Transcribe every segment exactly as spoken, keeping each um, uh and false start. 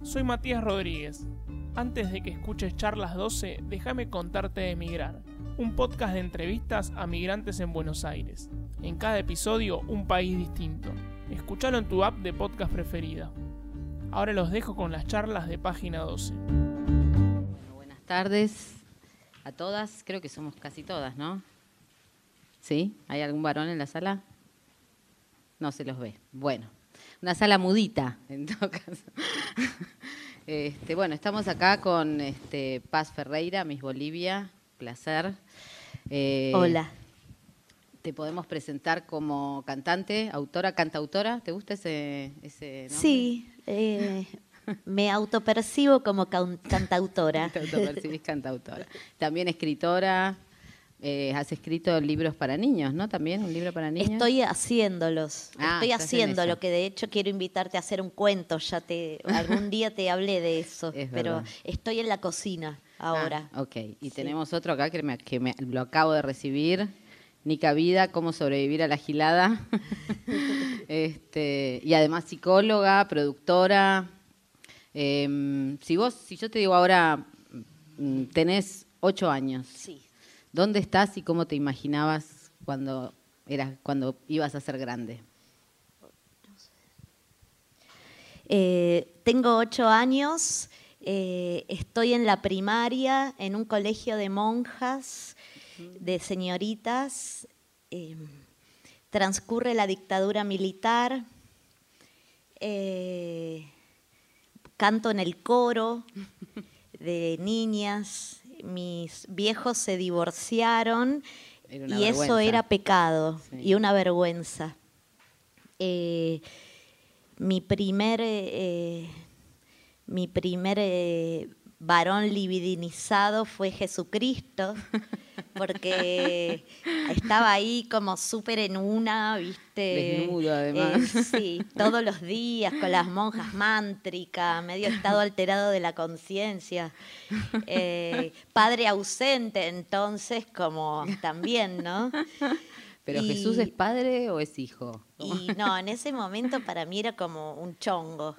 Soy Matías Rodríguez. Antes de que escuches Charlas doce, déjame contarte de Migrar, un podcast de entrevistas a migrantes en Buenos Aires. En cada episodio, un país distinto. Escuchalo en tu app de podcast preferida. Ahora los dejo con las charlas de Página doce. Bueno, buenas tardes a todas. Creo que somos casi todas, ¿no? ¿Sí? ¿Hay algún varón en la sala? No se los ve. Bueno, una sala mudita, en todo caso. Este, bueno, estamos acá con este, Paz Ferreira, Miss Bolivia. Placer. Eh, Hola. Te podemos presentar como cantante, autora, cantautora. ¿Te gusta ese, ese nombre? Sí, eh, me autopercibo como can- cantautora. Te autopercibís cantautora. También escritora. Eh, has escrito libros para niños, ¿no? También un libro para niños. Estoy haciéndolos, Ah, estoy estás en haciéndolo, eso. que de hecho quiero invitarte a hacer un cuento, ya te algún día te hablé de eso, Es pero verdad. estoy en la cocina ahora. Ah, ok, y Sí. tenemos otro acá que, me, que me, lo acabo de recibir. Nica Vida, cómo sobrevivir a la gilada. este, y además psicóloga, productora. Eh, si vos, si yo te digo ahora, mm, tenés ocho años. Sí. ¿Dónde estás y cómo te imaginabas cuando eras, cuando ibas a ser grande? Eh, tengo ocho años, eh, estoy en la primaria, en un colegio de monjas, de señoritas, eh, transcurre la dictadura militar, eh, canto en el coro de niñas, mis viejos se divorciaron Era una y eso vergüenza. era pecado Sí. y una vergüenza. Eh, mi primer, eh, mi primer eh, varón libidinizado fue Jesucristo, porque estaba ahí como súper en una, ¿viste? Desnudo, además. Eh, sí, todos los días con las monjas mántricas, medio estado alterado de la conciencia. Eh, padre ausente, entonces, como también, ¿no? ¿Pero Y- Jesús es padre o es hijo? Y no, en ese momento para mí era como un chongo.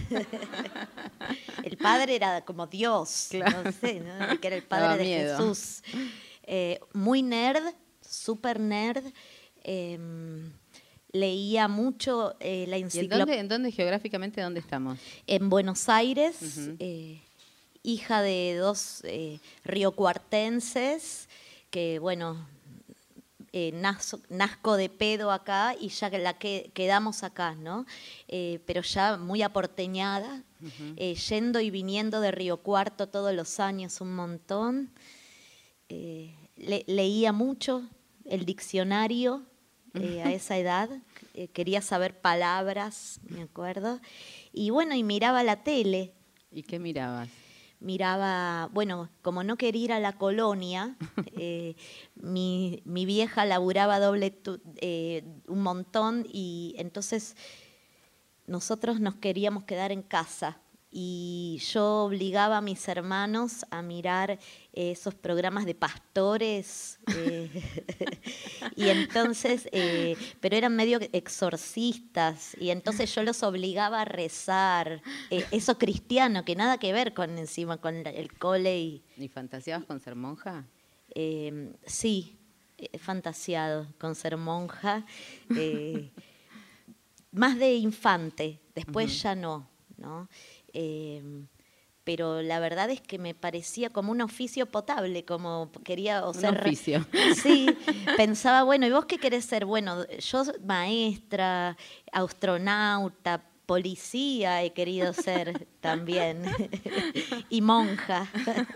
El padre era como Dios, Claro. no sé, ¿no? Que era el Daba padre de miedo. Jesús. Eh, muy nerd, súper nerd. eh, leía mucho eh, la ¿Y en enciclopedia. dónde, en dónde geográficamente dónde estamos? En Buenos Aires, Ujú. eh, hija de dos eh, riocuartenses, que bueno, eh, nazo- nazco de pedo acá y ya que la que quedamos acá, ¿no? Eh, pero ya muy aporteñada, eh, yendo y viniendo de Río Cuarto todos los años un montón. Eh, le- leía mucho el diccionario eh, a esa edad, eh, quería saber palabras, me acuerdo. Y bueno, y miraba la tele, ¿Y qué mirabas? miraba, bueno, como no quería ir a la colonia, eh, mi, mi vieja laburaba doble tu- eh, un montón y entonces nosotros nos queríamos quedar en casa y yo obligaba a mis hermanos a mirar eh, esos programas de pastores eh, y entonces, eh, pero eran medio exorcistas y entonces yo los obligaba a rezar, eh, eso cristiano, que nada que ver con encima con la- el cole y ¿Y fantaseabas con ser monja? eh, sí, he fantasiado con ser monja, eh, más de infante, después Ujú. ya no, ¿no? Eh, pero la verdad es que me parecía como un oficio potable, como quería o Un ser oficio. Sí, pensaba, bueno, ¿y vos qué querés ser? Bueno, yo maestra, astronauta, policía he querido ser también y monja.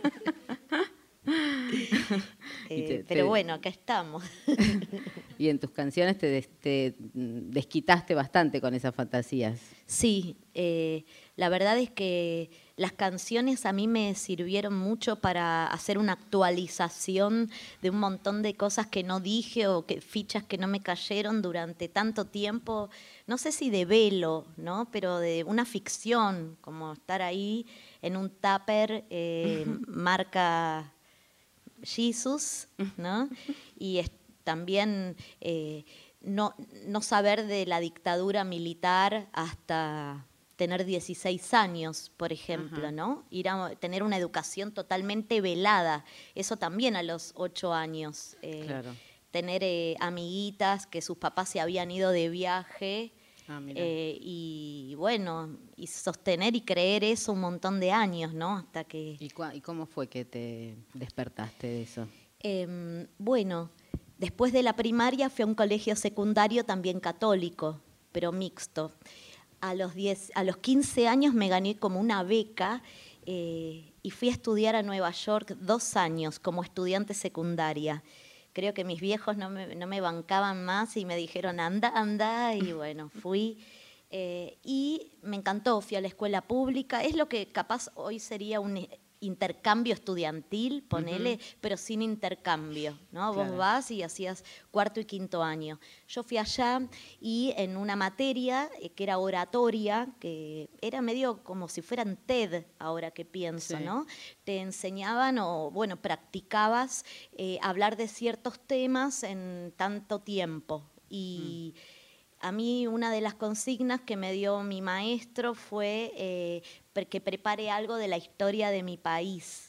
Y Eh, te- pero te- bueno, acá estamos. Y en tus canciones te, des- te, mm, desquitaste bastante con esas fantasías. Sí, eh, la verdad es que las canciones a mí me sirvieron mucho para hacer una actualización de un montón de cosas que no dije o que, fichas que no me cayeron durante tanto tiempo, no sé si de velo, ¿no? Pero de una ficción, como estar ahí en un tupper eh, marca Jesus, ¿no? Y es, también eh, no, no saber de la dictadura militar hasta tener dieciséis años, por ejemplo, Ajá. ¿no? Ir a tener una educación totalmente velada, eso también a los ocho años. Eh, Claro. Tener eh, amiguitas que sus papás se habían ido de viaje Ah, mira. eh, y bueno, y sostener y creer eso un montón de años, ¿no? Hasta que... ¿Y, cua- ¿Y cómo fue que te despertaste de eso? Eh, bueno, después de la primaria fui a un colegio secundario también católico, pero mixto. A los, diez, a los quince años me gané como una beca eh, y fui a estudiar a Nueva York dos años como estudiante secundaria. Creo que mis viejos no me, no me bancaban más y me dijeron, anda, anda, y bueno, fui. Eh, y me encantó, fui a la escuela pública. Es lo que capaz hoy sería un intercambio estudiantil, ponele, uh-huh. pero sin intercambio, ¿no? Claro. Vos vas y hacías cuarto y quinto año. Yo fui allá y en una materia eh, que era oratoria, que era medio como si fueran TED, ahora que pienso, sí. ¿no? Te enseñaban o, bueno, practicabas eh, hablar de ciertos temas en tanto tiempo. Y... Mm. A mí una de las consignas que me dio mi maestro fue eh, que prepare algo de la historia de mi país.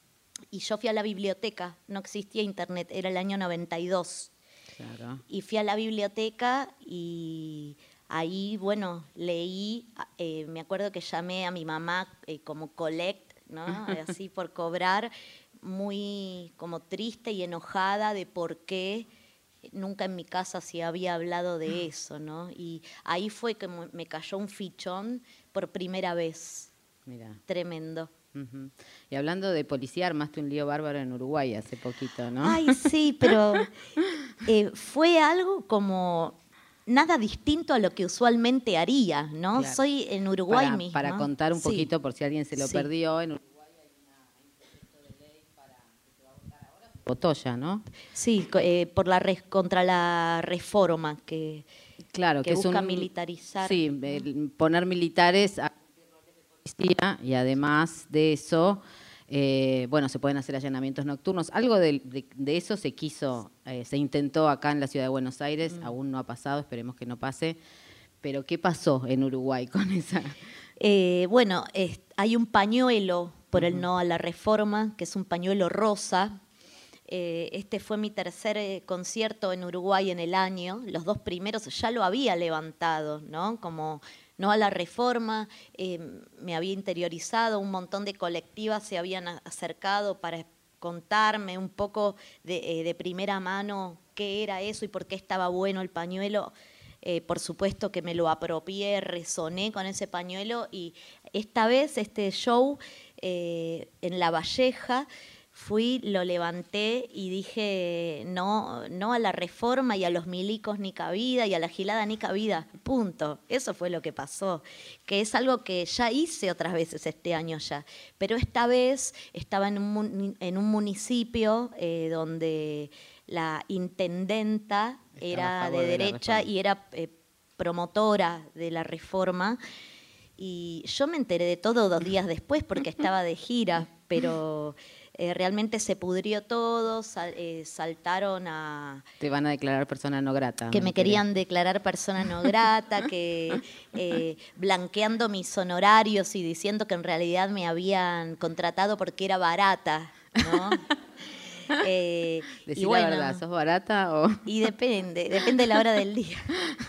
Y yo fui a la biblioteca, no existía internet, era el año noventa y dos. Claro. Y fui a la biblioteca y ahí, bueno, leí, eh, me acuerdo que llamé a mi mamá eh, como collect, ¿no? Así por cobrar, muy como triste y enojada de por qué nunca en mi casa se había hablado de eso, ¿no? Y ahí fue que me cayó un fichón por primera vez. Mirá. Tremendo. Uh-huh. Y hablando de policía, armaste un lío bárbaro en Uruguay hace poquito, ¿no? Ay, sí, pero eh, fue algo como nada distinto a lo que usualmente haría, ¿no? Claro. Soy en Uruguay para, misma. Para contar un sí. poquito, por si alguien se lo sí. perdió, en Uruguay hay, una, hay un proyecto de ley para que se va a votar ahora. Votó ya, ¿no? Sí, eh, por la res, contra la reforma que, claro, que, que busca es un, militarizar. Sí, ¿no? el, poner militares a policía y además de eso, eh, bueno, se pueden hacer allanamientos nocturnos. Algo de, de, de eso se quiso, eh, se intentó acá en la ciudad de Buenos Aires, mm. aún no ha pasado, esperemos que no pase. Pero ¿qué pasó en Uruguay con esa? Eh, bueno, es, hay un pañuelo por uh-huh. el no a la reforma, que es un pañuelo rosa. Eh, este fue mi tercer eh, concierto en Uruguay en el año. Los dos primeros ya lo había levantado, ¿no? Como no a la reforma, eh, me había interiorizado, un montón de colectivas se habían acercado para contarme un poco de, eh, de primera mano qué era eso y por qué estaba bueno el pañuelo. Eh, por supuesto que me lo apropié, resoné con ese pañuelo y esta vez este show eh, en La Valleja fui, lo levanté y dije no, no a la reforma y a los milicos ni cabida y a la gilada ni cabida, punto. Eso fue lo que pasó, que es algo que ya hice otras veces este año ya, pero esta vez estaba en un, en un municipio eh, donde la intendenta estaba era de, de derecha y era eh, promotora de la reforma y yo me enteré de todo dos días después porque estaba de gira, pero... Eh, realmente se pudrió todo, sal, eh, saltaron a... Te van a declarar persona no grata. Que me querían declarar persona no grata, que eh, blanqueando mis honorarios y diciendo que en realidad me habían contratado porque era barata, ¿no? Eh, Decí y bueno, la verdad, ¿sos barata o...? Y depende, depende de la hora del día.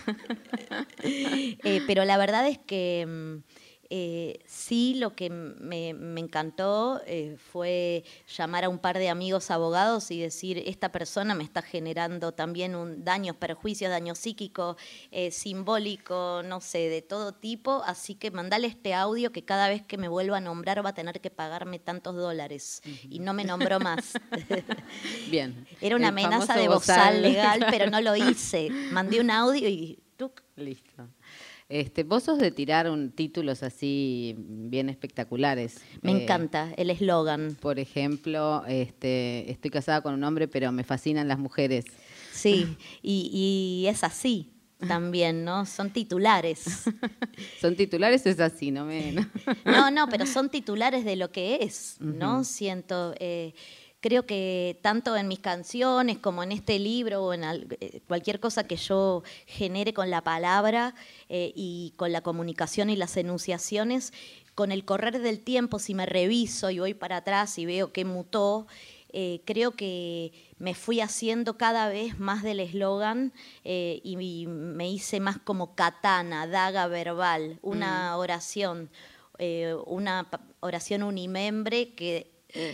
eh, pero la verdad es que... Eh, sí, lo que me, me encantó eh, fue llamar a un par de amigos abogados y decir, esta persona me está generando también un daños, perjuicios, daño psíquico, eh, simbólico, no sé, de todo tipo, así que mandale este audio que cada vez que me vuelva a nombrar va a tener que pagarme tantos dólares. Uh-huh. Y no me nombró más. Bien. Era una El amenaza de bozal legal, pero no lo hice. Mandé un audio y... ¡tuc! Listo. Este, vos sos de tirar un, títulos así bien espectaculares. Me eh, encanta el eslogan. Por ejemplo, este, estoy casada con un hombre, pero me fascinan las mujeres. Sí, y, y es así también, ¿no? Son titulares. Son titulares, es así, ¿no? Me, no. no, no, pero son titulares de lo que es, ¿no? Uh-huh. Siento... Eh, creo que tanto en mis canciones como en este libro o en al, cualquier cosa que yo genere con la palabra eh, y con la comunicación y las enunciaciones, con el correr del tiempo, si me reviso y voy para atrás y veo qué mutó, Eh, creo que me fui haciendo cada vez más del eslogan eh, y, y me hice más como katana, daga verbal, una mm. oración, eh, una oración unimembre que...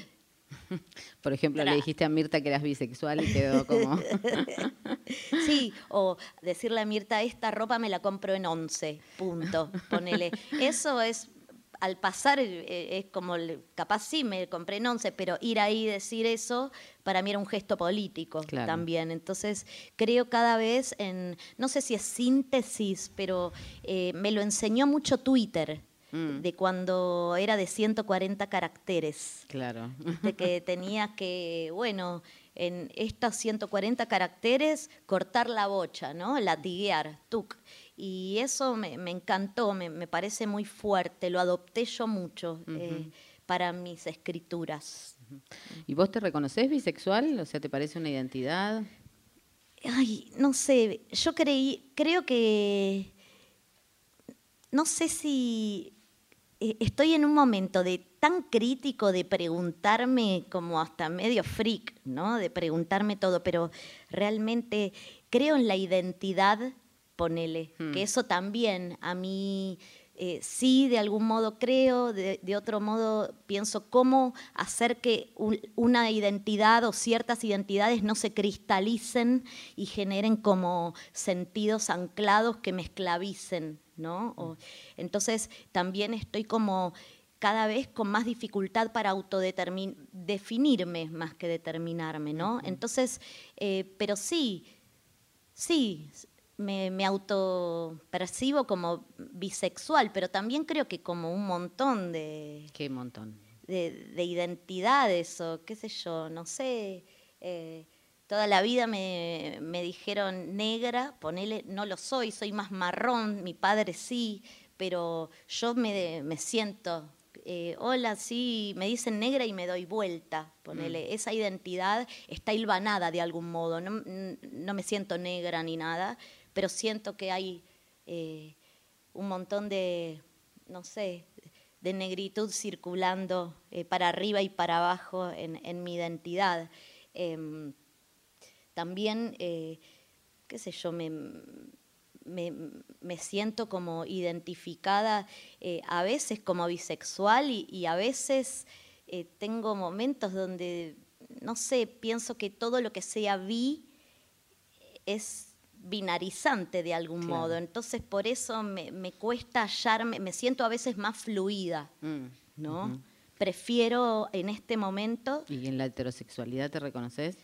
Por ejemplo, Tra le dijiste a Mirta que eras bisexual y quedó como... Sí, o decirle a Mirta, esta ropa me la compro en once, punto, ponele. Eso es... Al pasar es como, capaz sí me compré en once, pero ir ahí y decir eso, para mí era un gesto político claro. también. Entonces creo cada vez en, no sé si es síntesis, pero eh, me lo enseñó mucho Twitter, mm. de cuando era de ciento cuarenta caracteres. Claro. De que tenía que, bueno, en estos ciento cuarenta caracteres cortar la bocha, ¿no? Latiguear, tuc. Y eso me, me encantó, me, me parece muy fuerte, lo adopté yo mucho uh-huh. eh, para mis escrituras. Uh-huh. ¿Y vos te reconocés bisexual? O sea, ¿te parece una identidad? Ay, no sé, yo creí, creo que, no sé si eh, estoy en un momento de tan crítico de preguntarme, como hasta medio freak, ¿no? De preguntarme todo, pero realmente creo en la identidad. Ponele, hmm. que eso también a mí eh, sí, de algún modo creo, de, de otro modo pienso cómo hacer que un, una identidad o ciertas identidades no se cristalicen y generen como sentidos anclados que me esclavicen, ¿no? O, entonces también estoy como cada vez con más dificultad para autodefinirme más que determinarme, ¿no? Uh-huh. Entonces, eh, pero sí, sí, Me, me autopercibo como bisexual, pero también creo que como un montón de... ¿Qué montón? De, de identidades o qué sé yo, no sé. Eh, toda la vida me, me dijeron negra, ponele, no lo soy, soy más marrón, mi padre sí, pero yo me, me siento... Eh, hola, sí, me dicen negra y me doy vuelta, ponele. Mm. Esa identidad está hilvanada de algún modo, no, no me siento negra ni nada, pero siento que hay eh, un montón de, no sé, de negritud circulando eh, para arriba y para abajo en, en mi identidad. Eh, también, eh, qué sé yo, me, me, me siento como identificada eh, a veces como bisexual y, y a veces eh, tengo momentos donde, no sé, pienso que todo lo que sea bi es binarizante de algún claro. modo, entonces por eso me, me cuesta hallarme, me siento a veces más fluida, mm. ¿no? Uh-huh. Prefiero en este momento... ¿Y en la heterosexualidad te reconoces?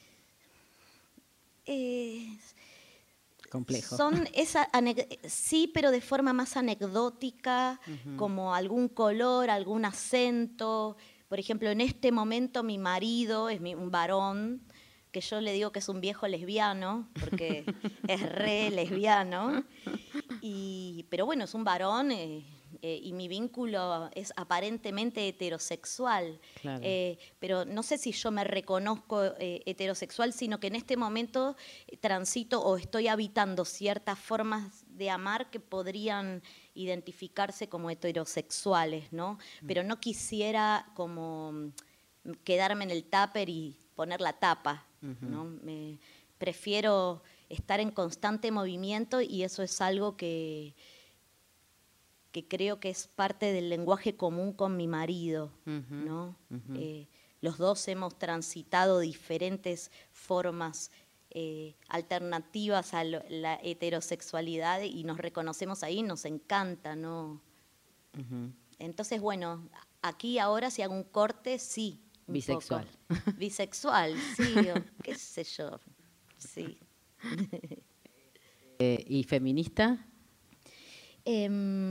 Eh, Complejo. Son esa, sí, pero de forma más anecdótica, uh-huh. como algún color, algún acento. Por ejemplo, en este momento mi marido es mi, un varón, que yo le digo que es un viejo lesbiano, porque es re lesbiano, y, pero bueno, es un varón eh, eh, y mi vínculo es aparentemente heterosexual, claro. eh, pero no sé si yo me reconozco eh, heterosexual, sino que en este momento transito o estoy habitando ciertas formas de amar que podrían identificarse como heterosexuales, ¿no? Pero no quisiera como quedarme en el tupper y poner la tapa, uh-huh. ¿no? Me, prefiero estar en constante movimiento y eso es algo que, que creo que es parte del lenguaje común con mi marido, uh-huh. ¿no? Uh-huh. Eh, los dos hemos transitado diferentes formas eh, alternativas a lo, la heterosexualidad y nos reconocemos ahí, nos encanta, ¿no? Uh-huh. Entonces, bueno, aquí ahora si hago un corte, sí. Bisexual. Poco. Bisexual, sí, o qué sé yo, sí. eh, ¿Y feminista? Eh,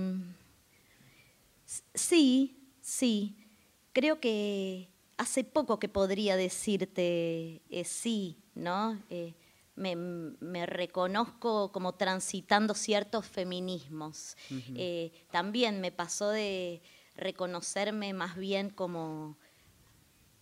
sí, sí. Creo que hace poco que podría decirte eh, sí, ¿no? Eh, me, me reconozco como transitando ciertos feminismos. Uh-huh. Eh, también me pasó de reconocerme más bien como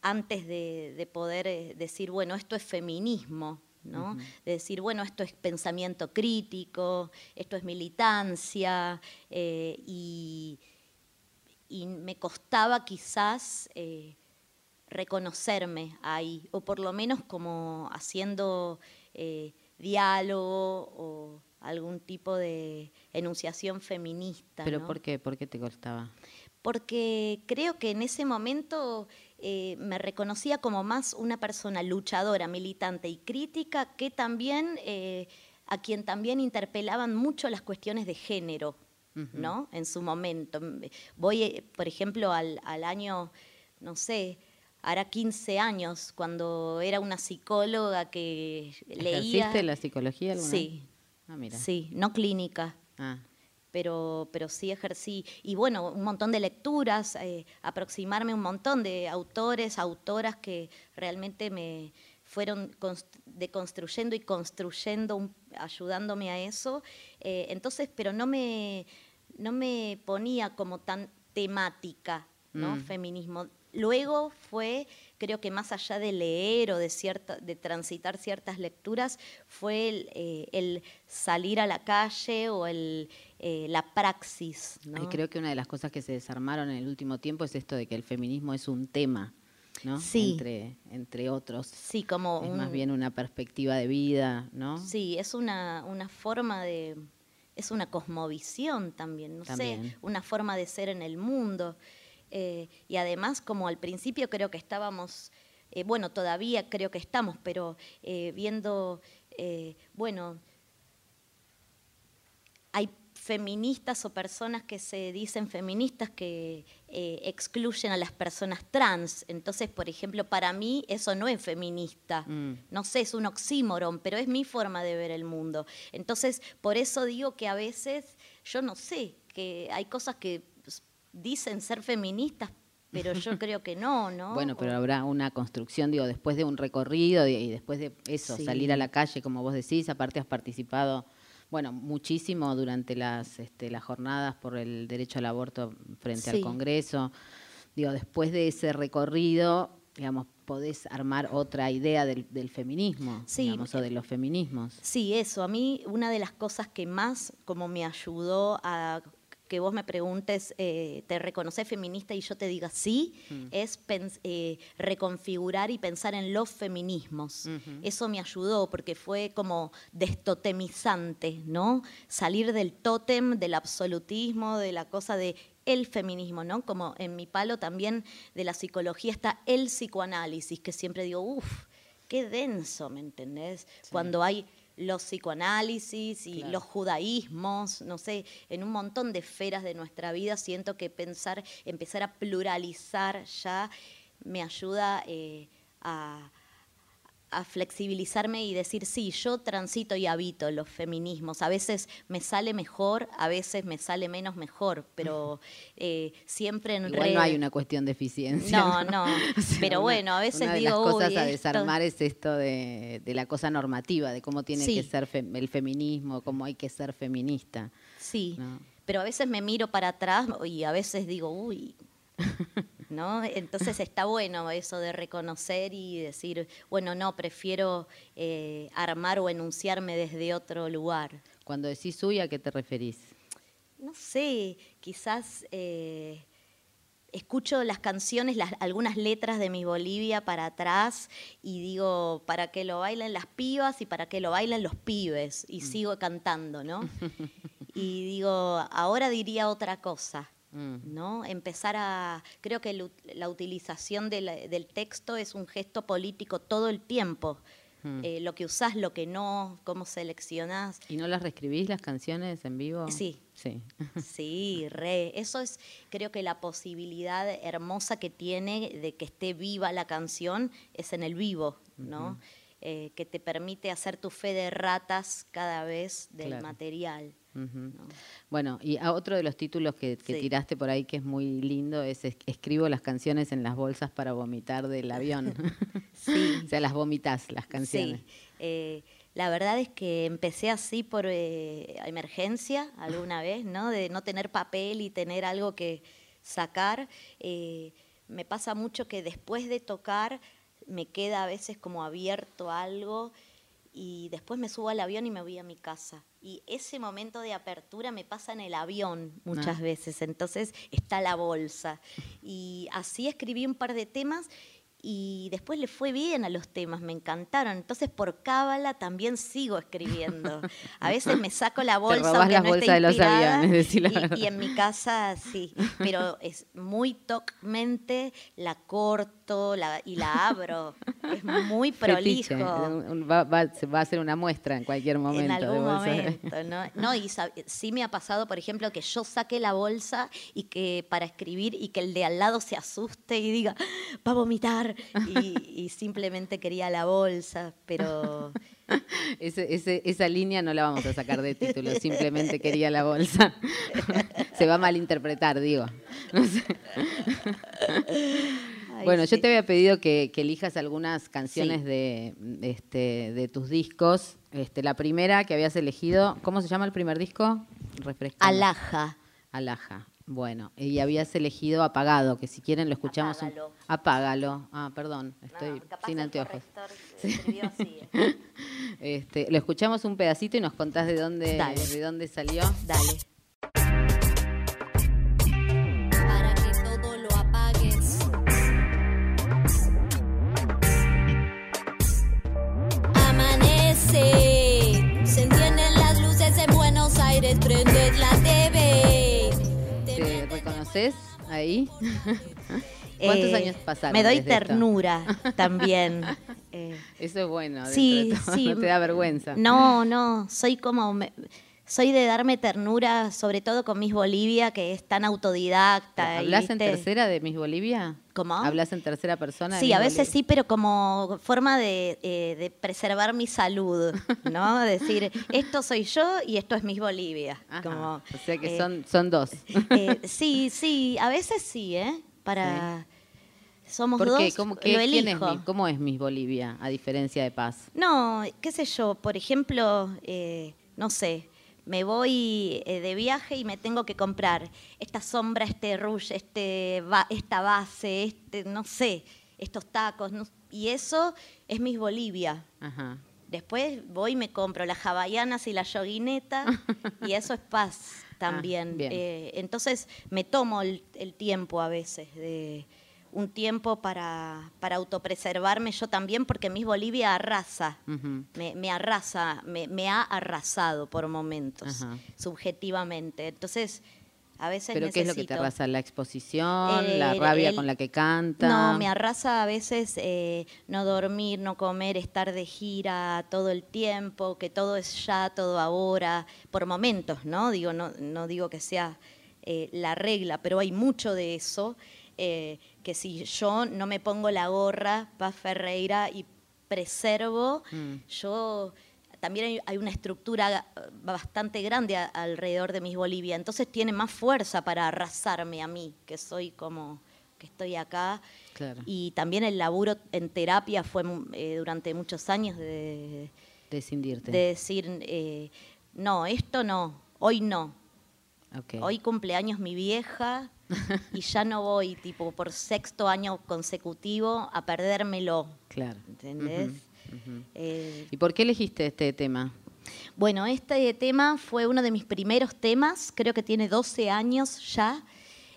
antes de, de poder eh, decir, bueno, esto es feminismo, ¿no? Uh-huh. De decir, bueno, esto es pensamiento crítico, esto es militancia, eh, y, y me costaba quizás eh, reconocerme ahí, o por lo menos como haciendo eh, diálogo o algún tipo de enunciación feminista. ¿Pero ¿no? por qué? ¿Por qué te costaba? Porque creo que en ese momento eh, me reconocía como más una persona luchadora, militante y crítica, que también eh, a quien también interpelaban mucho las cuestiones de género, uh-huh. ¿no? En su momento. Voy, por ejemplo, al, al año, no sé, hará quince años, cuando era una psicóloga que leía... ¿Ejerciste la psicología alguna vez? Sí, ah, mira. sí, no clínica. Ah. Pero, pero sí ejercí. Y bueno, un montón de lecturas, eh, aproximarme a un montón de autores, autoras que realmente me fueron deconstruyendo y construyendo, un, ayudándome a eso. Eh, entonces, pero no me, no me ponía como tan temática, ¿no? Mm. Feminismo. Luego fue, creo que más allá de leer o de, cierta, de transitar ciertas lecturas, fue el, eh, el salir a la calle o el, eh, la praxis, ¿no? Ay, creo que una de las cosas que se desarmaron en el último tiempo es esto de que el feminismo es un tema, ¿no? Sí. Entre, entre otros. Sí, como es un, más bien una perspectiva de vida, ¿no? Sí, es una, una forma de... Es una cosmovisión también, no también. sé, una forma de ser en el mundo. Eh, y además, como al principio creo que estábamos, eh, bueno, todavía creo que estamos, pero eh, viendo, eh, bueno, hay feministas o personas que se dicen feministas que eh, excluyen a las personas trans. Entonces, por ejemplo, para mí eso no es feminista. Mm. No sé, es un oxímoron, pero es mi forma de ver el mundo. Entonces, por eso digo que a veces, yo no sé, que hay cosas que dicen ser feministas, pero yo creo que no, ¿no? Bueno, pero o... habrá una construcción, digo, después de un recorrido y después de eso, sí. salir a la calle, como vos decís, aparte has participado, bueno, muchísimo durante las, este, las jornadas por el derecho al aborto frente sí. al Congreso. Digo, después de ese recorrido, digamos, podés armar otra idea del, del feminismo, sí. digamos, o de los feminismos. Sí, eso. A mí una de las cosas que más como me ayudó a... que vos me preguntes, eh, ¿te reconoces feminista? Y yo te diga sí, mm. es eh, reconfigurar y pensar en los feminismos. Uh-huh. Eso me ayudó porque fue como destotemizante, ¿no? Salir del tótem, del absolutismo, de la cosa de el feminismo, ¿no? Como en mi palo también de la psicología está el psicoanálisis, que siempre digo, uff, qué denso, ¿me entendés? Sí. Cuando hay... los psicoanálisis y claro. los judaísmos, no sé, en un montón de esferas de nuestra vida siento que pensar, empezar a pluralizar ya me ayuda eh, a, a flexibilizarme y decir, sí, yo transito y habito los feminismos. A veces me sale mejor, a veces me sale menos mejor, pero eh, siempre en Igual red... no hay una cuestión de eficiencia. No, no, no. O sea, pero una, bueno, a veces una de digo... las cosas uy, a esto... desarmar es esto de, de la cosa normativa, de cómo tiene sí. que ser fe, el feminismo, cómo hay que ser feminista. Sí, ¿no? Pero a veces me miro para atrás y a veces digo, uy... ¿no? Entonces está bueno eso de reconocer y decir, bueno, no, prefiero eh, armar o enunciarme desde otro lugar. Cuando decís uy, ¿a qué te referís? No sé, quizás eh, escucho las canciones, las, algunas letras de mi Bolivia para atrás y digo, para que lo bailen las pibas y para que lo bailen los pibes, y mm. sigo cantando, ¿no? Y digo, ahora diría otra cosa. ¿No? Empezar a... Creo que el, la utilización de la, del texto es un gesto político todo el tiempo. Mm. Eh, lo que usás, lo que no, cómo seleccionás. ¿Y no las reescribís las canciones en vivo? Sí. Sí. Sí, re. Eso es, creo que la posibilidad hermosa que tiene de que esté viva la canción es en el vivo, ¿no? Uh-huh. Eh, que te permite hacer tu fe de ratas cada vez del claro. material. Uh-huh. ¿no? Bueno, y a otro de los títulos que, que sí. tiraste por ahí que es muy lindo es, es escribo las canciones en las bolsas para vomitar del avión. Sí. O sea, las vomitas, las canciones. Sí. Eh, la verdad es que empecé así por eh, emergencia alguna vez, ¿no? De no tener papel y tener algo que sacar. Eh, me pasa mucho que después de tocar me queda a veces como abierto algo y después me subo al avión y me voy a mi casa. Y ese momento de apertura me pasa en el avión muchas Ah. veces, entonces está la bolsa. Y así escribí un par de temas y después le fue bien a los temas, me encantaron. Entonces por cábala también sigo escribiendo. A veces me saco la bolsa, Te robás aunque las no bolsas esté de los inspirada, aviones, decí la y, verdad. y en mi casa sí, pero es muy tocmente, la corto la, y la abro. Es muy Fetiche. prolijo. Un- Va, va- se va a hacer una muestra en cualquier momento. En de algún bolsa. momento, ¿no? No, y sab- sí me ha pasado, por ejemplo, que yo saque la bolsa y que para escribir y que el de al lado se asuste y diga, va a vomitar, y, y simplemente quería la bolsa, pero Ese- ese- esa línea no la vamos a sacar de título, simplemente quería la bolsa. Se va a malinterpretar, digo. No sé. ay, Bueno, sí. yo te había pedido que, que elijas algunas canciones Sí. de, de este, de tus discos. Este, la primera que habías elegido, ¿cómo se llama el primer disco? Refrescame. Alaja. Alaja. Bueno, y habías elegido Apagado, que si quieren lo escuchamos. un- Apágalo. Apágalo. Ah, perdón, estoy No, capaz sin el anteojos. corrector escribió así, ¿eh? Este, lo escuchamos un pedacito y nos contás de dónde, Dale. de dónde salió. Dale. Para que todo lo apagues. Amanece, se encienden las luces en Buenos Aires, prendes la T V. ¿Te reconoces ahí? ¿Cuántos Eh, años pasaron? Me doy desde esto? ternura también. Eh, Eso es bueno. dentro Sí, de todo, sí. No te da vergüenza. No, no, soy como, me- soy de darme ternura, sobre todo con Miss Bolivia, que es tan autodidacta. y, ¿Hablas en ¿viste? tercera de Miss Bolivia? ¿Cómo? ¿Hablas en tercera persona? de Sí, Miss a veces Bolivia? sí, pero como forma de, eh, de preservar mi salud, ¿no? Decir, esto soy yo y esto es Miss Bolivia. Ajá, Como, o sea que eh, son, son dos. eh, sí, sí, a veces sí, ¿eh? Para... Somos ¿Por dos, qué? ¿Cómo, qué- lo quién es elijo. mi- ¿Cómo es Miss Bolivia, a diferencia de Paz? No, qué sé yo, por ejemplo, eh, no sé, me voy eh, de viaje y me tengo que comprar esta sombra, este rouge, este, ba- esta base, este, no sé, estos tacos, no- y eso es Miss Bolivia. Ajá. Después voy y me compro las hawaianas y la yoguineta y eso es Paz también. Ah, bien. Eh, entonces me tomo el, el tiempo a veces, de un tiempo para, para autopreservarme yo también, porque Miss Bolivia arrasa, Ujú. me, me arrasa, me, me ha arrasado por momentos, Ajá. subjetivamente. Entonces, a veces ¿Pero qué es lo que te necesito- arrasa? ¿La exposición? Eh, ¿La rabia el- con la que canta? No, me arrasa a veces eh, no dormir, no comer, estar de gira todo el tiempo, que todo es ya, todo ahora, por momentos, ¿no? Digo, no, no digo que sea eh, la regla, pero hay mucho de eso, eh, que si yo no me pongo la gorra, Paz Ferreira, y preservo, Mm. yo... También hay, hay una estructura bastante grande a- alrededor de Miss Bolivia, entonces tiene más fuerza para arrasarme a mí, que soy como, que estoy acá. Claro. Y también el laburo en terapia fue eh, durante muchos años de, Descindirte. de decir, eh, no, esto no, hoy no. Ok. Hoy cumpleaños mi vieja y ya no voy, tipo, por sexto año consecutivo a perdérmelo, Claro. ¿entendés? Ujú, ujú. Eh, ¿Y por qué elegiste este tema? Bueno, este tema fue uno de mis primeros temas, creo que tiene doce años ya.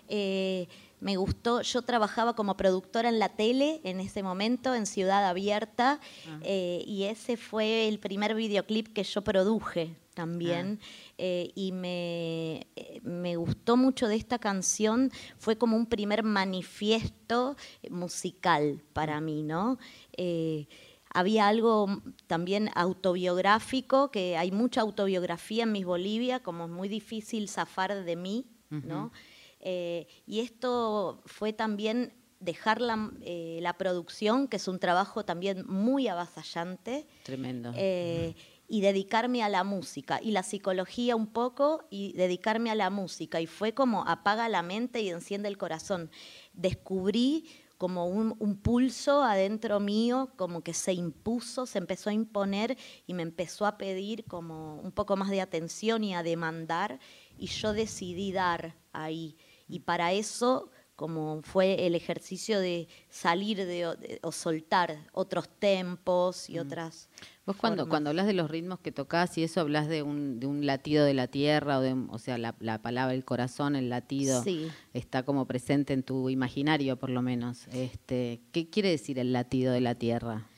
Eh, me gustó, yo trabajaba como productora en la tele en ese momento, en Ciudad Abierta, Ah. eh, y ese fue el primer videoclip que yo produje también. Eh, y me, eh, me gustó mucho de esta canción, fue como un primer manifiesto musical para mí, ¿no? Eh, Había algo también autobiográfico, que hay mucha autobiografía en Miss Bolivia, como es muy difícil zafar de mí, ¿no? Ujú. Eh, y esto fue también dejar la, eh, la producción, que es un trabajo también muy avasallante, Tremendo. eh, y dedicarme a la música, y la psicología un poco, y dedicarme a la música. Y fue como apaga la mente y enciende el corazón. Descubrí como un, un pulso adentro mío, como que se impuso, se empezó a imponer y me empezó a pedir como un poco más de atención y a demandar, y yo decidí dar ahí. Y para eso como fue el ejercicio de salir de, de, o soltar otros tempos y mm. otras Vos cuando, formas. cuando hablas de los ritmos que tocás y eso, hablas de un, de un latido de la tierra, o, de, o sea, la, la palabra, el corazón, el latido, sí. está como presente en tu imaginario por lo menos. Este, ¿qué quiere decir el latido de la tierra?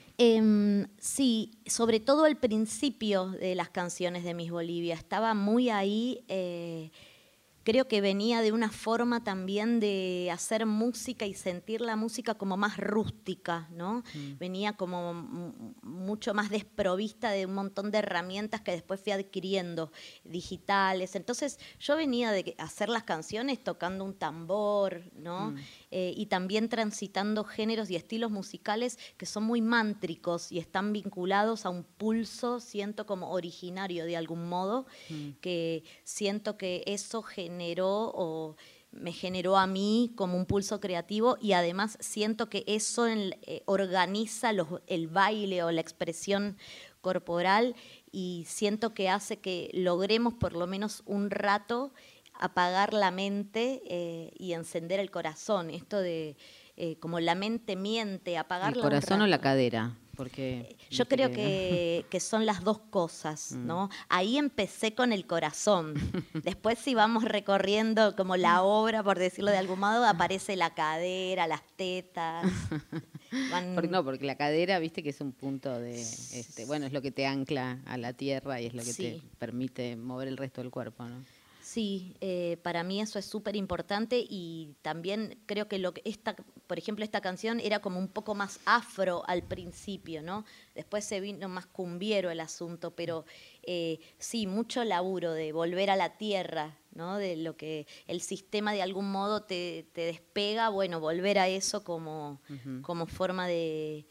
Eh, sí, sobre todo al principio de las canciones de Miss Bolivia, estaba muy ahí... Eh, Creo que venía de una forma también de hacer música y sentir la música como más rústica, ¿no? Mm. Venía como mucho más desprovista de un montón de herramientas que después fui adquiriendo, digitales. Entonces yo venía de hacer las canciones tocando un tambor, ¿no? Mm. Eh, y también transitando géneros y estilos musicales que son muy mántricos y están vinculados a un pulso, siento como originario de algún modo, mm. que siento que eso genera generó o me generó a mí como un pulso creativo y además siento que eso en, eh, organiza los, el baile o la expresión corporal y siento que hace que logremos por lo menos un rato apagar la mente eh, y encender el corazón. Esto de eh, como la mente miente, apagarla. ¿El corazón o la cadera? Porque yo creo que, que, que son las dos cosas, ¿no? Mm. Ahí empecé con el corazón. Después si vamos recorriendo como la obra, por decirlo de algún modo, aparece la cadera, las tetas. Van... Porque, no, porque la cadera, viste que es un punto de, este, bueno, es lo que te ancla a la tierra y es lo que sí. te permite mover el resto del cuerpo, ¿no? Sí, eh, para mí eso es súper importante y también creo que, lo que esta, por ejemplo, esta canción era como un poco más afro al principio, ¿no? Después se vino más cumbiero el asunto, pero eh, sí, mucho laburo de volver a la tierra, ¿no? De lo que el sistema de algún modo te, te despega, bueno, volver a eso como, uh-huh. como forma de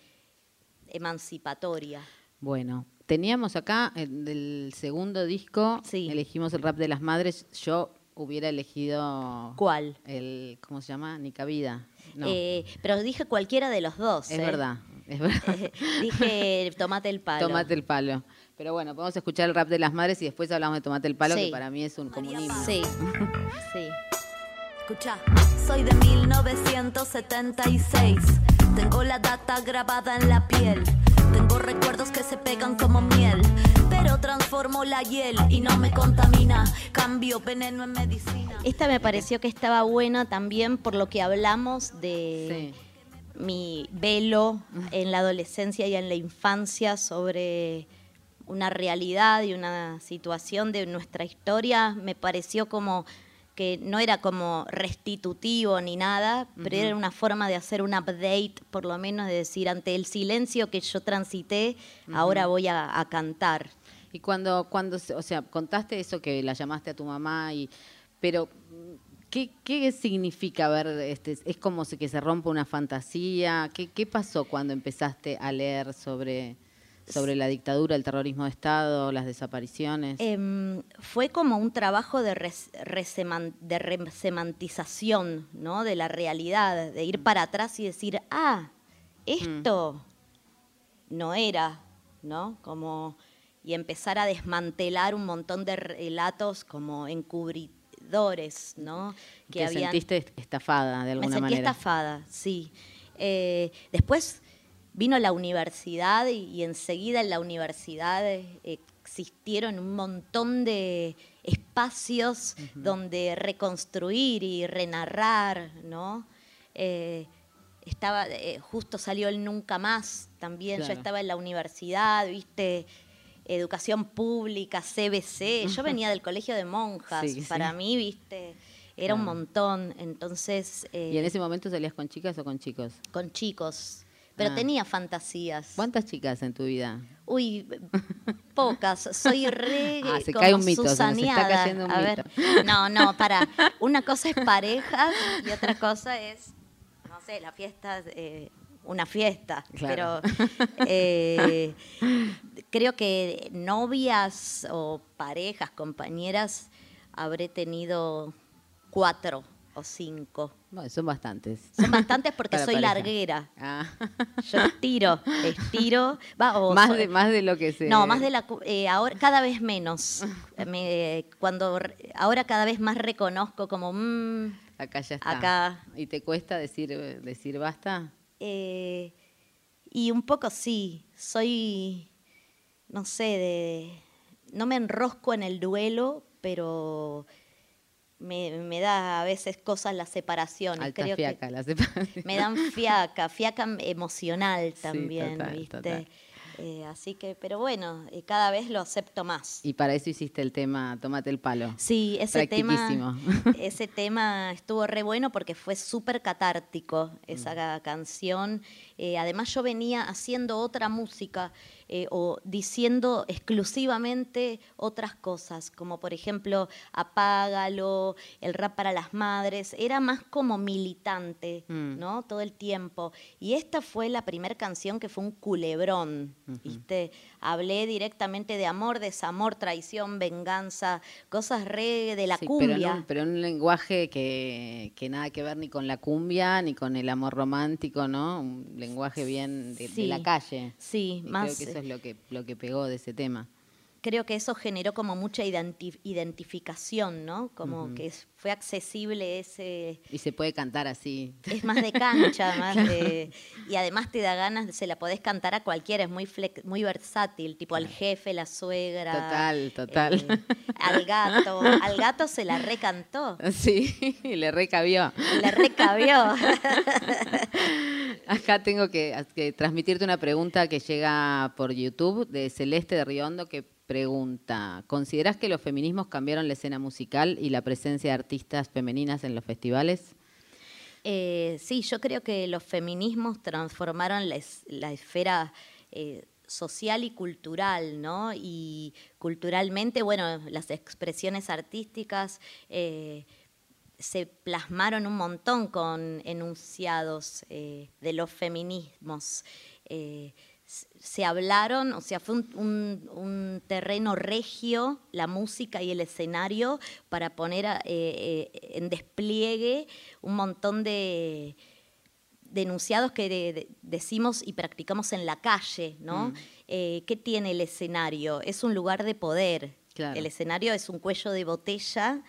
emancipatoria. Bueno. Teníamos acá, del segundo disco, sí. elegimos el rap de las madres. Yo hubiera elegido... ¿Cuál? El, ¿cómo se llama? Ni Cabida. No. Eh, pero dije cualquiera de los dos. Es ¿eh? verdad, es verdad. Eh, dije Tomate el Palo. Tomate el Palo. Pero bueno, podemos escuchar el rap de las madres y después hablamos de Tomate el Palo, sí. que para mí es un comunismo. Sí, sí. Escucha, soy de mil novecientos setenta y seis. Tengo la data grabada en la piel. Tengo recuerdos que se pegan como miel, pero transformo la hiel y no me contamina. Cambio veneno en medicina. Esta me pareció que estaba buena también por lo que hablamos de sí. mi velo en la adolescencia y en la infancia sobre una realidad y una situación de nuestra historia. Me pareció como... que no era como restitutivo ni nada, pero uh-huh. era una forma de hacer un update, por lo menos de decir, ante el silencio que yo transité, uh-huh. ahora voy a, a cantar. Y cuando, cuando, o sea, contaste eso que la llamaste a tu mamá, y, pero ¿qué, qué significa ver, este, es como que se rompe una fantasía? ¿Qué, qué pasó cuando empezaste a leer sobre... sobre la dictadura, el terrorismo de Estado, las desapariciones? Eh, fue como un trabajo de, res, reseman, de resemantización, ¿no? De la realidad, de ir para atrás y decir, ah, esto mm. no era, ¿no? Como, y empezar a desmantelar un montón de relatos como encubridores, ¿no? Que ¿Te habían... sentiste estafada de alguna manera? Me sentí manera. estafada, sí. Eh, después... Vino la universidad y, y enseguida en la universidad eh, existieron un montón de espacios uh-huh. donde reconstruir y renarrar, ¿no? Eh, estaba, eh, justo salió el Nunca Más también, claro. Yo estaba en la universidad, viste, educación pública, C B C, yo venía del colegio de monjas, sí, para sí. mí, viste... Era claro. un montón, entonces... Eh, ¿Y en ese momento salías con chicas o con chicos? Con chicos. Pero ah. tenía fantasías. ¿Cuántas chicas en tu vida? Uy, pocas. Soy re ah, se como cae un mito, susaneada. Se nos está cayendo un A mito. ver, no, no, para. Una cosa es parejas y otra cosa es, no sé, la fiesta, eh, una fiesta. Claro. Pero eh, creo que novias o parejas, compañeras, habré tenido cuatro o cinco. Bueno, son bastantes. Son bastantes porque soy pareja. larguera. Ah. Yo estiro, estiro. Va, o más, so, de, más de lo que sé. No, más de la... Eh, ahora cada vez menos. Me, cuando Ahora cada vez más reconozco como... Mmm, Acá ya está. Acá. ¿Y te cuesta decir, decir basta? Eh, y un poco sí, soy, no sé, de, no me enrosco en el duelo, pero me, me da a veces cosas la separación. Alta Creo fiaca que la separación. me dan fiaca, fiaca emocional también, sí, total, ¿viste? Total. Eh, así que, pero bueno, eh, cada vez lo acepto más. Y para eso hiciste el tema Tómate el palo. Sí, ese tema, Practiquísimo. ese tema estuvo re bueno porque fue súper catártico esa Mm. canción. Eh, además yo venía haciendo otra música eh, o diciendo exclusivamente otras cosas, como por ejemplo Apágalo, el rap para las madres. Era más como militante, Mm. ¿no? Todo el tiempo. Y esta fue la primera canción que fue un culebrón, ¿viste? Hablé directamente de amor, desamor, traición, venganza, cosas re de la Sí, cumbia. Pero en, un, pero en un lenguaje que, que nada que ver ni con la cumbia, ni con el amor romántico, ¿no? Un lenguaje bien de, Sí, de la calle. Sí, y más. Creo que eso es lo que, lo que pegó de ese tema. Creo que eso generó como mucha identi- identificación, ¿no? Como Ujú. que es- fue accesible ese... Y se puede cantar así. Es más de cancha, más de, y además te da ganas, se la podés cantar a cualquiera, es muy flex- muy versátil, tipo al jefe, la suegra. Total, total. eh, al gato. Al gato se la recantó, Sí, le recabió. le recabió. Acá tengo que, que transmitirte una pregunta que llega por YouTube de Celeste de Riondo que pregunta, ¿considerás que los feminismos cambiaron la escena musical y la presencia de artistas femeninas en los festivales? Eh, sí, yo creo que los feminismos transformaron la, es- la esfera eh, social y cultural, ¿no? Y culturalmente, bueno, las expresiones artísticas eh, se plasmaron un montón con enunciados eh, de los feminismos. Eh, s- se hablaron, o sea, fue un, un- un terreno regio, la música y el escenario, para poner a- eh, eh, en despliegue un montón de de enunciados que de- de- decimos y practicamos en la calle, ¿no? Mm. Eh, ¿qué tiene el escenario? Es un lugar de poder. Claro. El escenario es un cuello de botella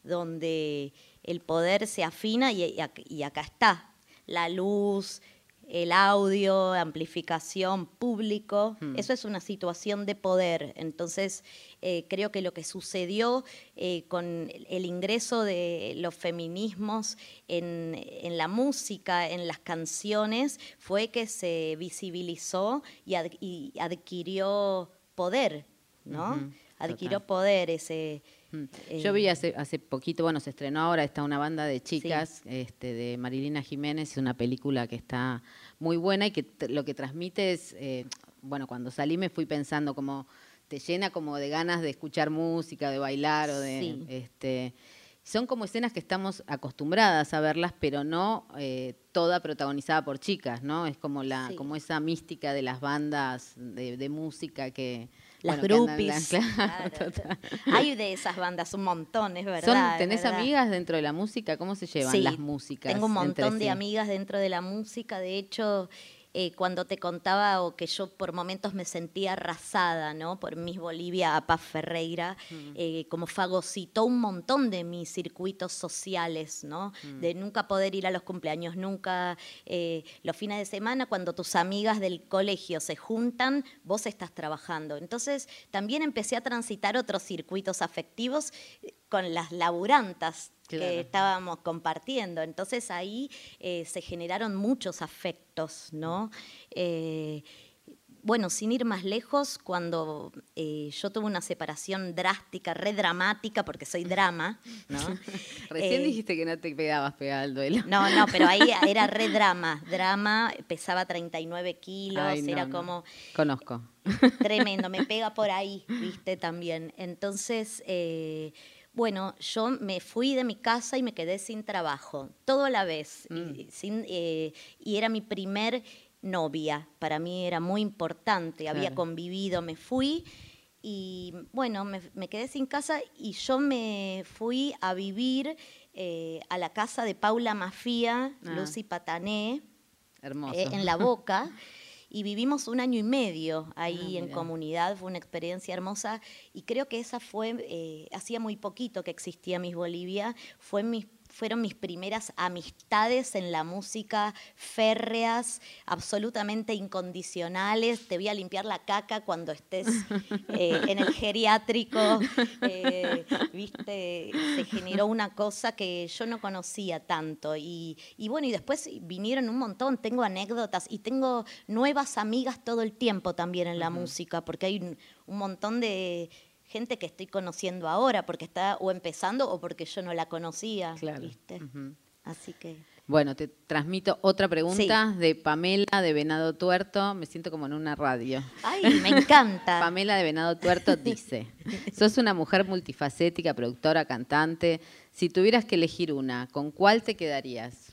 donde el poder se afina y, y ac- y acá está. La luz, el audio, amplificación, público. Hmm. Eso es una situación de poder. Entonces, eh, creo que lo que sucedió eh, con el, el ingreso de los feminismos en, en la música, en las canciones, fue que se visibilizó y, ad- y adquirió poder, ¿no? Ujú, Adquirió total. poder ese... Mm. eh, Yo vi hace, hace poquito, bueno, se estrenó ahora, está una banda de chicas este, de Marilina Jiménez, es una película que está muy buena y que t- lo que transmite es, eh, bueno, cuando salí me fui pensando como, te llena como de ganas de escuchar música, de bailar o de... Sí. este son como escenas que estamos acostumbradas a verlas, pero no eh, toda protagonizada por chicas, ¿no? Es como la, Sí. como esa mística de las bandas de, de música que... Las bueno, que andan- groupies. claro, Claro. total. Hay de esas bandas un montón, es verdad. Son, es ¿Tenés verdad. amigas dentro de la música? ¿Cómo se llevan Sí, las músicas? tengo un entre montón de sí? amigas dentro de la música. De hecho, eh, cuando te contaba o que yo por momentos me sentía arrasada, ¿no? Por Miss Bolivia, Apaz Ferreira, Mm. eh, como fagocitó un montón de mis circuitos sociales, ¿no? Mm. De nunca poder ir a los cumpleaños, nunca eh, los fines de semana, cuando tus amigas del colegio se juntan, vos estás trabajando. Entonces, también empecé a transitar otros circuitos afectivos eh, con las laburantas Claro. que estábamos compartiendo. Entonces ahí eh, se generaron muchos afectos, ¿no? Eh, bueno, sin ir más lejos, cuando eh, yo tuve una separación drástica, re dramática, porque soy drama, ¿no? Recién Eh, dijiste que no te pegabas pegada al duelo. No, no, pero ahí era re drama. Drama, pesaba treinta y nueve kilos, Ay, no, era no. como... Conozco. Tremendo, me pega por ahí, viste, también. Entonces, eh, bueno, yo me fui de mi casa y me quedé sin trabajo, todo a la vez. Mm. Y, sin, eh, y era mi primer novia, para mí era muy importante, había Claro. convivido, me fui y bueno, me, me quedé sin casa y yo me fui a vivir eh, a la casa de Paula Mafía, Ah. Lucy Patané, Hermoso. eh, en La Boca, y vivimos un año y medio Ah, ahí en mirá. comunidad, fue una experiencia hermosa, y creo que esa fue, eh, hacía muy poquito que existía Miss Bolivia, fue mis fueron mis primeras amistades en la música, férreas, absolutamente incondicionales. Te voy a limpiar la caca cuando estés eh, en el geriátrico. Eh, ¿viste? Se generó una cosa que yo no conocía tanto. Y, y bueno, y después vinieron un montón. Tengo anécdotas y tengo nuevas amigas todo el tiempo también en la uh-huh. música, porque hay un, un montón de gente que estoy conociendo ahora porque está o empezando o porque yo no la conocía, claro. ¿Viste? Uh-huh. Así que... Bueno, te transmito otra pregunta sí. de Pamela de Venado Tuerto. Me siento como en una radio. ¡Ay, me encanta! Pamela de Venado Tuerto dice, sos una mujer multifacética, productora, cantante. Si tuvieras que elegir una, ¿con cuál te quedarías?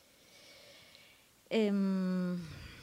Um...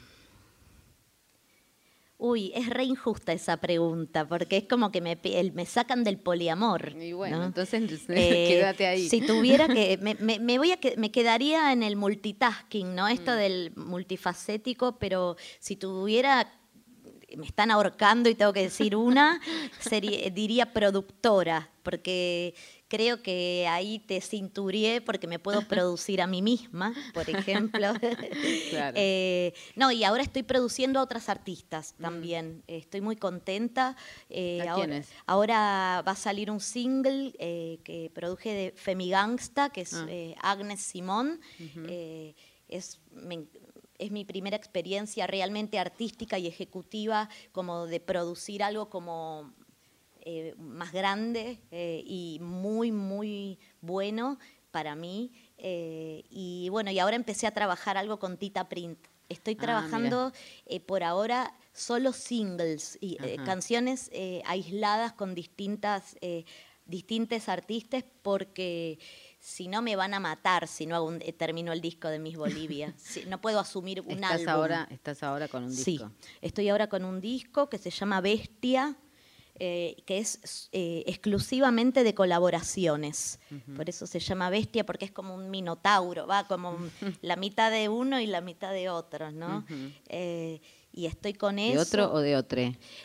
Uy, es re injusta esa pregunta, porque es como que me, me sacan del poliamor. Y bueno, ¿no? Entonces eh, quédate ahí. Si tuviera que, me, me, me voy a que, me quedaría en el multitasking, ¿no? Esto mm. del multifacético, pero si tuviera, me están ahorcando y tengo que decir una, sería, diría productora, porque creo que ahí te cinturié porque me puedo producir a mí misma, por ejemplo. Claro. eh, no, y ahora estoy produciendo a otras artistas también. Mm. Estoy muy contenta. Eh, ¿A ahora, quiénes? Ahora va a salir un single eh, que produje de Femigangsta, que es ah. eh, Agnes Simón. Uh-huh. eh, es... Me, Es mi primera experiencia realmente artística y ejecutiva, como de producir algo como eh, más grande eh, y muy, muy bueno para mí. Eh, y bueno, y ahora empecé a trabajar algo con Tita Print. Estoy trabajando ah, eh, por ahora solo singles y eh, canciones eh, aisladas con distintas, eh, distintos artistas porque... Si no me van a matar, si no hago un, eh, termino el disco de Miss Bolivia. Si, no puedo asumir un ¿Estás álbum. Ahora, ¿Estás ahora con un disco? Sí, estoy ahora con un disco que se llama Bestia, eh, que es eh, exclusivamente de colaboraciones. Uh-huh. Por eso se llama Bestia, porque es como un minotauro, va como un, la mitad de uno y la mitad de otro, ¿no? Uh-huh. eh, y estoy con eso. ¿De otro o de otro?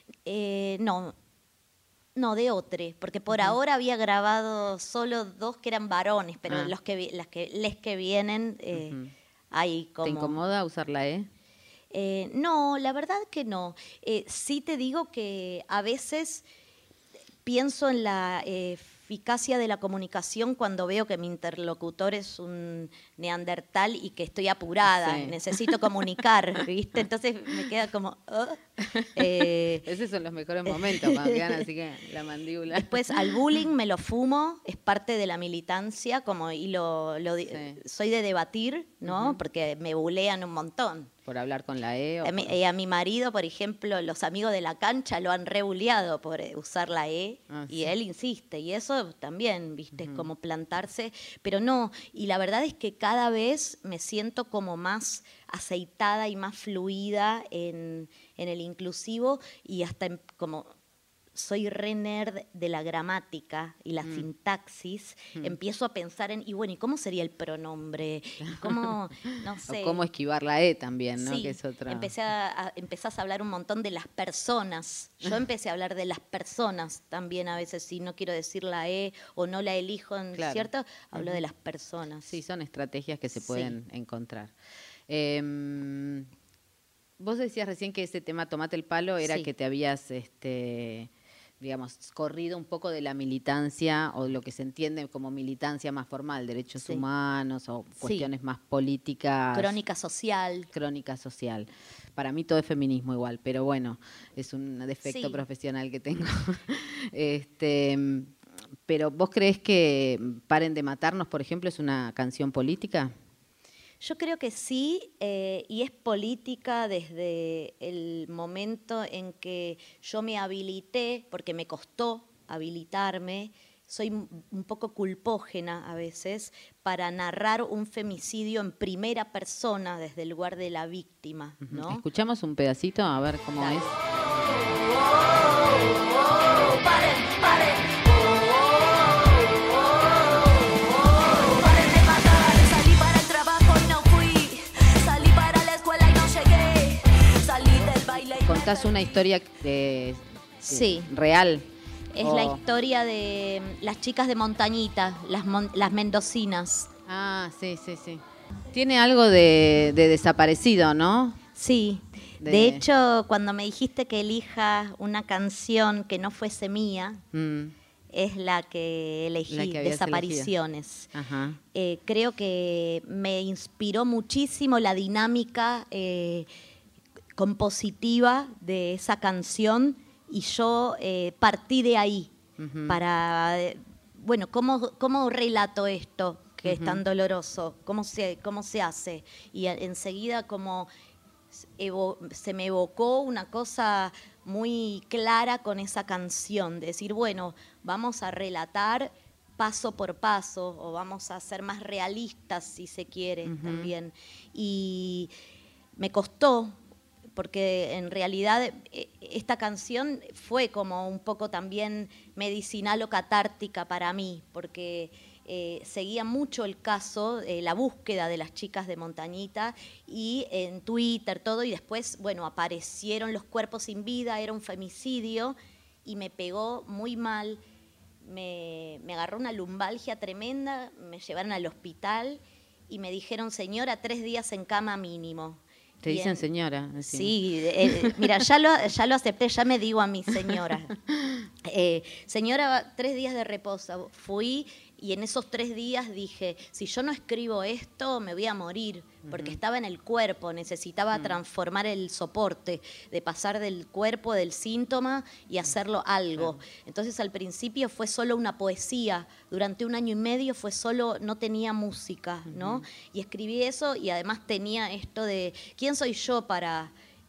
Eh, no. No, de otro, porque por uh-huh. ahora había grabado solo dos que eran varones, pero ah. los que las que les que vienen eh, uh-huh. hay como. ¿Te incomoda usar la E? Eh, no, la verdad que no. Eh, sí te digo que a veces pienso en la eh, eficacia de la comunicación cuando veo que mi interlocutor es un neandertal y que estoy apurada, sí. necesito comunicar, ¿viste? Entonces me queda como... Oh. Eh, Esos son los mejores momentos, cuando quedan así que la mandíbula. Después al bullying me lo fumo, es parte de la militancia, como y lo, lo sí. soy de debatir, ¿no? Uh-huh. Porque me bulean un montón. ¿Por hablar con la E? O a, mi, por... a mi marido, por ejemplo, los amigos de la cancha lo han rebuleado por usar la E ah, y sí. él insiste. Y eso también, viste, uh-huh. es como plantarse. Pero no, y la verdad es que cada vez me siento como más aceitada y más fluida en, en el inclusivo y hasta en, como... soy re nerd de la gramática y la mm. sintaxis, mm. empiezo a pensar en, y bueno, ¿y cómo sería el pronombre? ¿Y cómo, no sé? O cómo esquivar la E también, ¿no? Sí, que es otra... empecé a, a, empezás a hablar un montón de las personas. Yo empecé a hablar de las personas también a veces, si no quiero decir la E o no la elijo, claro. ¿cierto? Hablo uh-huh. de las personas. Sí, son estrategias que se pueden sí. encontrar. Eh, vos decías recién que ese tema Tomate el Palo era sí. que te habías... este digamos, corrido un poco de la militancia o lo que se entiende como militancia más formal, derechos sí. humanos o cuestiones sí. más políticas. Crónica social. Crónica social. Para mí todo es feminismo igual, pero bueno, es un defecto sí. profesional que tengo. este, pero ¿vos creés que Paren de Matarnos, por ejemplo, es una canción política? Yo creo que sí, eh, y es política desde el momento en que yo me habilité, porque me costó habilitarme, soy un poco culpógena a veces, para narrar un femicidio en primera persona desde el lugar de la víctima, ¿no? Escuchamos un pedacito a ver cómo Dale. es. Oh, oh, oh, paren, paren. ¿Contás una historia de, de sí. real? Es oh. la historia de las chicas de Montañita, las, mon, las mendocinas. Ah, sí, sí, sí. Tiene algo de, de desaparecido, ¿no? Sí. De... de hecho, cuando me dijiste que elija una canción que no fuese mía, mm. es la que elegí, la que Desapariciones. Ajá. Eh, creo que me inspiró muchísimo la dinámica eh, compositiva de esa canción y yo eh, partí de ahí uh-huh. para, eh, bueno, ¿cómo, cómo relato esto que uh-huh. es tan doloroso? ¿Cómo se, cómo se hace? Y a, enseguida como evo, se me evocó una cosa muy clara con esa canción, de decir, bueno, vamos a relatar paso por paso o vamos a ser más realistas, si se quiere, uh-huh. también. Y me costó, porque en realidad esta canción fue como un poco también medicinal o catártica para mí, porque eh, seguía mucho el caso, eh, la búsqueda de las chicas de Montañita, y en Twitter todo, y después, bueno, aparecieron los cuerpos sin vida, era un femicidio, y me pegó muy mal, me, me agarró una lumbalgia tremenda, me llevaron al hospital y me dijeron, señora, tres días en cama mínimo. Te dicen Bien. señora. Decimos. Sí, eh, mira, ya lo, ya lo acepté, ya me digo a mi señora. Eh, señora, tres días de reposo. Fui y en esos tres días dije, si yo no escribo esto, me voy a morir, porque uh-huh. estaba en el cuerpo, necesitaba uh-huh. transformar el soporte, de pasar del cuerpo, del síntoma y hacerlo algo. Uh-huh. Entonces al principio fue solo una poesía, durante un año y medio fue solo, no tenía música, uh-huh. ¿no? Y escribí eso y además tenía esto de, ¿quién soy yo para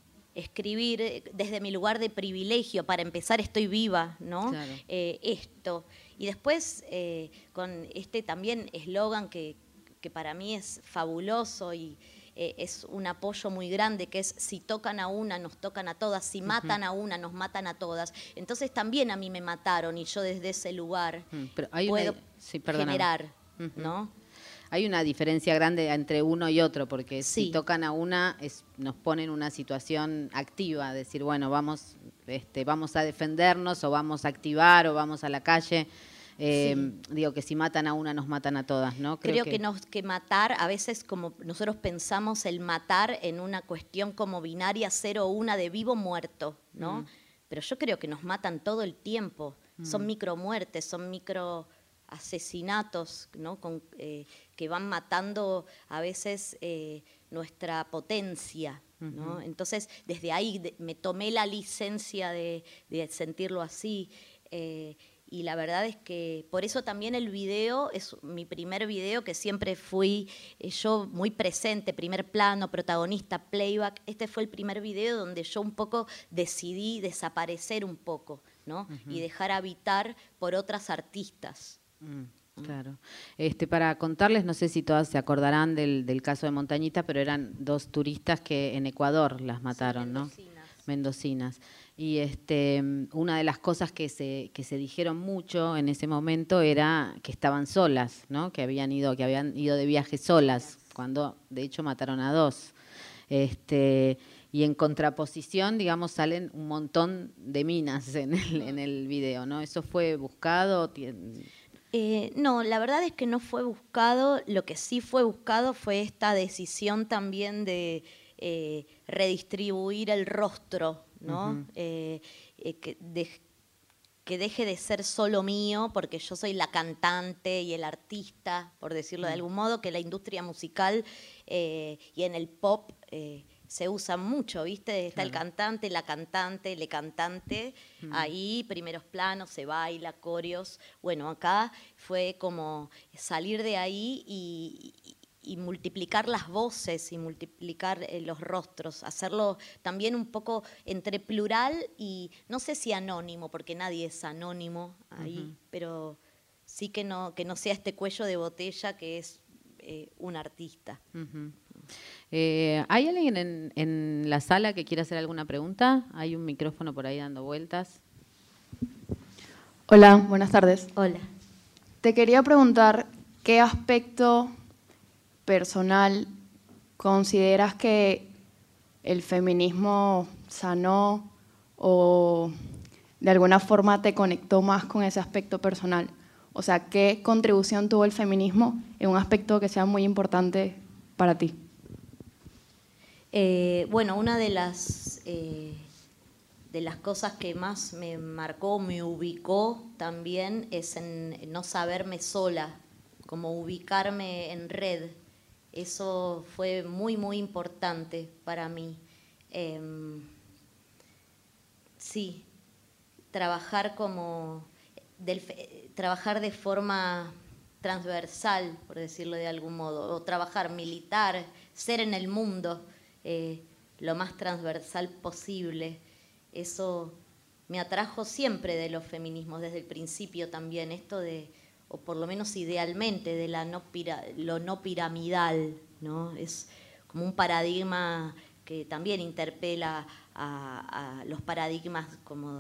escribir desde mi lugar de privilegio? Para empezar, estoy viva, ¿no? Claro. Eh, esto. Y después, eh, con este también eslogan que, que para mí es fabuloso y eh, es un apoyo muy grande, que es si tocan a una, nos tocan a todas, si matan uh-huh. a una, nos matan a todas. Entonces también a mí me mataron y yo desde ese lugar uh-huh. Pero hay puedo una... sí, generar, uh-huh. ¿no? Hay una diferencia grande entre uno y otro, porque sí. si tocan a una, es, nos ponen en una situación activa, decir, bueno, vamos, este, vamos a defendernos, o vamos a activar, o vamos a la calle. Eh, sí. Digo que si matan a una, nos matan a todas, ¿no? Creo, Creo que... que, nos, que matar, a veces como nosotros pensamos el matar en una cuestión como binaria, cero o una, de vivo muerto, ¿no? Mm. Pero yo creo que nos matan todo el tiempo. Mm. Son micromuertes, son micro... asesinatos, ¿no? Con, eh, que van matando a veces eh, nuestra potencia, ¿no? Uh-huh. Entonces, desde ahí de, me tomé la licencia de, de sentirlo así, eh, y la verdad es que por eso también el video es mi primer video, que siempre fui eh, yo muy presente, primer plano, protagonista, playback. Este fue el primer video donde yo un poco decidí desaparecer un poco, ¿no? Uh-huh. Y dejar habitar por otras artistas. Mm, claro. Este, para contarles, no sé si todas se acordarán del, del caso de Montañita, pero eran dos turistas que en Ecuador las mataron, sí, mendocinas. ¿no? Mendocinas. Y este, una de las cosas que se, que se dijeron mucho en ese momento era que estaban solas, ¿no? Que habían ido, que habían ido de viaje solas, cuando de hecho mataron a dos. Este, y en contraposición, digamos, salen un montón de minas en el, en el video, ¿no? ¿Eso fue buscado? Eh, no, la verdad es que no fue buscado. Lo que sí fue buscado fue esta decisión también de eh, redistribuir el rostro, ¿no? Uh-huh. eh, eh, que, de, que deje de ser solo mío, porque yo soy la cantante y el artista, por decirlo uh-huh. de algún modo, que la industria musical eh, y en el pop eh, se usa mucho, ¿viste? Está claro. el cantante, la cantante, le cantante, mm. ahí primeros planos, se baila, coreos. Bueno, acá fue como salir de ahí y, y, y multiplicar las voces y multiplicar eh, los rostros, hacerlo también un poco entre plural y no sé si anónimo, porque nadie es anónimo ahí, uh-huh. pero sí que no, que no sea este cuello de botella que es eh, un artista. Uh-huh. Eh, ¿Hay alguien en, en la sala que quiera hacer alguna pregunta? Hay un micrófono por ahí dando vueltas. Hola, buenas tardes. Hola. Te quería preguntar qué aspecto personal consideras que el feminismo sanó o de alguna forma te conectó más con ese aspecto personal. O sea, ¿qué contribución tuvo el feminismo en un aspecto que sea muy importante para ti? Eh, bueno, una de las, eh, de las cosas que más me marcó, me ubicó también, es en no saberme sola, como ubicarme en red. Eso fue muy, muy importante para mí. Eh, sí, trabajar como, del, trabajar de forma transversal, por decirlo de algún modo, o trabajar, militar, ser en el mundo, eh, lo más transversal posible. Eso me atrajo siempre de los feminismos, desde el principio también, esto de, o por lo menos idealmente, de la no pira, lo no piramidal, ¿no? Es como un paradigma que también interpela a, a los paradigmas como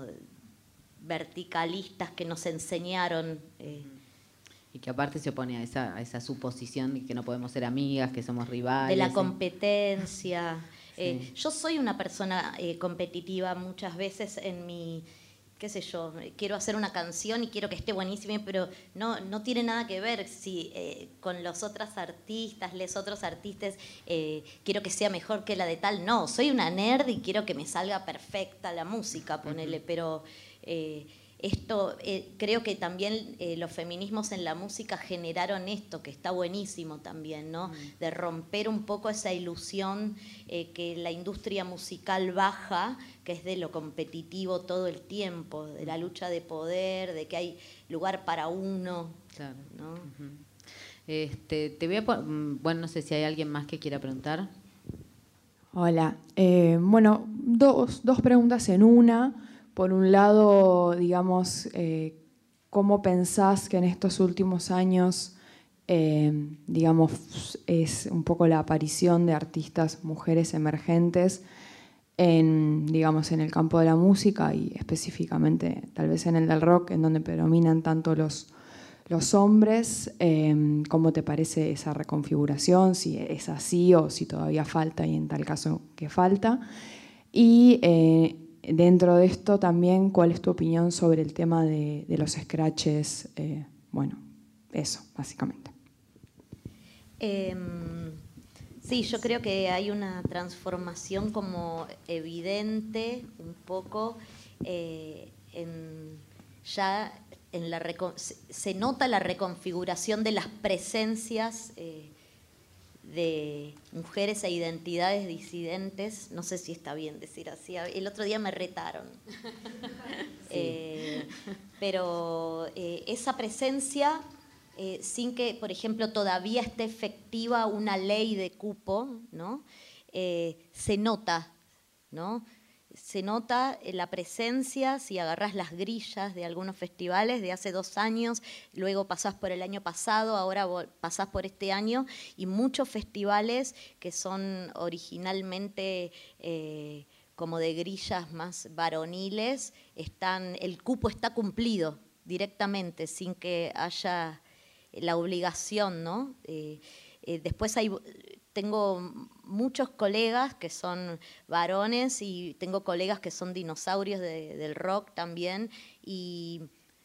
verticalistas que nos enseñaron. Eh. Y que aparte se opone a esa, a esa suposición de que no podemos ser amigas, que somos rivales. De la ¿sí? competencia. Sí. Eh, yo soy una persona eh, competitiva muchas veces en mi, qué sé yo, quiero hacer una canción y quiero que esté buenísima, pero no, no tiene nada que ver si eh, con los otros artistas, les otros artistas, eh, quiero que sea mejor que la de tal. No, soy una nerd y quiero que me salga perfecta la música, ponele, uh-huh. pero... Eh, Esto, eh, creo que también eh, los feminismos en la música generaron esto, que está buenísimo también, ¿no? Mm. De romper un poco esa ilusión eh, que la industria musical baja, que es de lo competitivo todo el tiempo, de la lucha de poder, de que hay lugar para uno, claro, ¿no? Uh-huh. Este, te voy a pon- bueno, no sé si hay alguien más que quiera preguntar. Hola. Eh, bueno, dos, dos preguntas en una. Por un lado, digamos, eh, ¿cómo pensás que en estos últimos años, eh, digamos, es un poco la aparición de artistas mujeres emergentes en, digamos, en el campo de la música y específicamente tal vez en el del rock, en donde predominan tanto los, los hombres? Eh, ¿Cómo te parece esa reconfiguración? Si es así o si todavía falta y en tal caso, ¿qué falta? Y... Eh, Dentro de esto también, ¿cuál es tu opinión sobre el tema de, de los scratches? Eh, bueno, eso, básicamente. Eh, sí, yo creo que hay una transformación como evidente, un poco, eh, en, ya en la se, se nota la reconfiguración de las presencias eh, de mujeres e identidades disidentes. No sé si está bien decir así, el otro día me retaron. Sí. Eh, pero eh, esa presencia, eh, sin que, por ejemplo, todavía esté efectiva una ley de cupo, ¿no? Eh, se nota, ¿no? Se nota la presencia, si agarrás las grillas de algunos festivales de hace dos años, luego pasás por el año pasado, ahora pasás por este año, y muchos festivales que son originalmente eh, como de grillas más varoniles, están, el cupo está cumplido directamente, sin que haya la obligación, ¿no? Eh, eh, después hay... Tengo muchos colegas que son varones y tengo colegas que son dinosaurios de, del rock también, y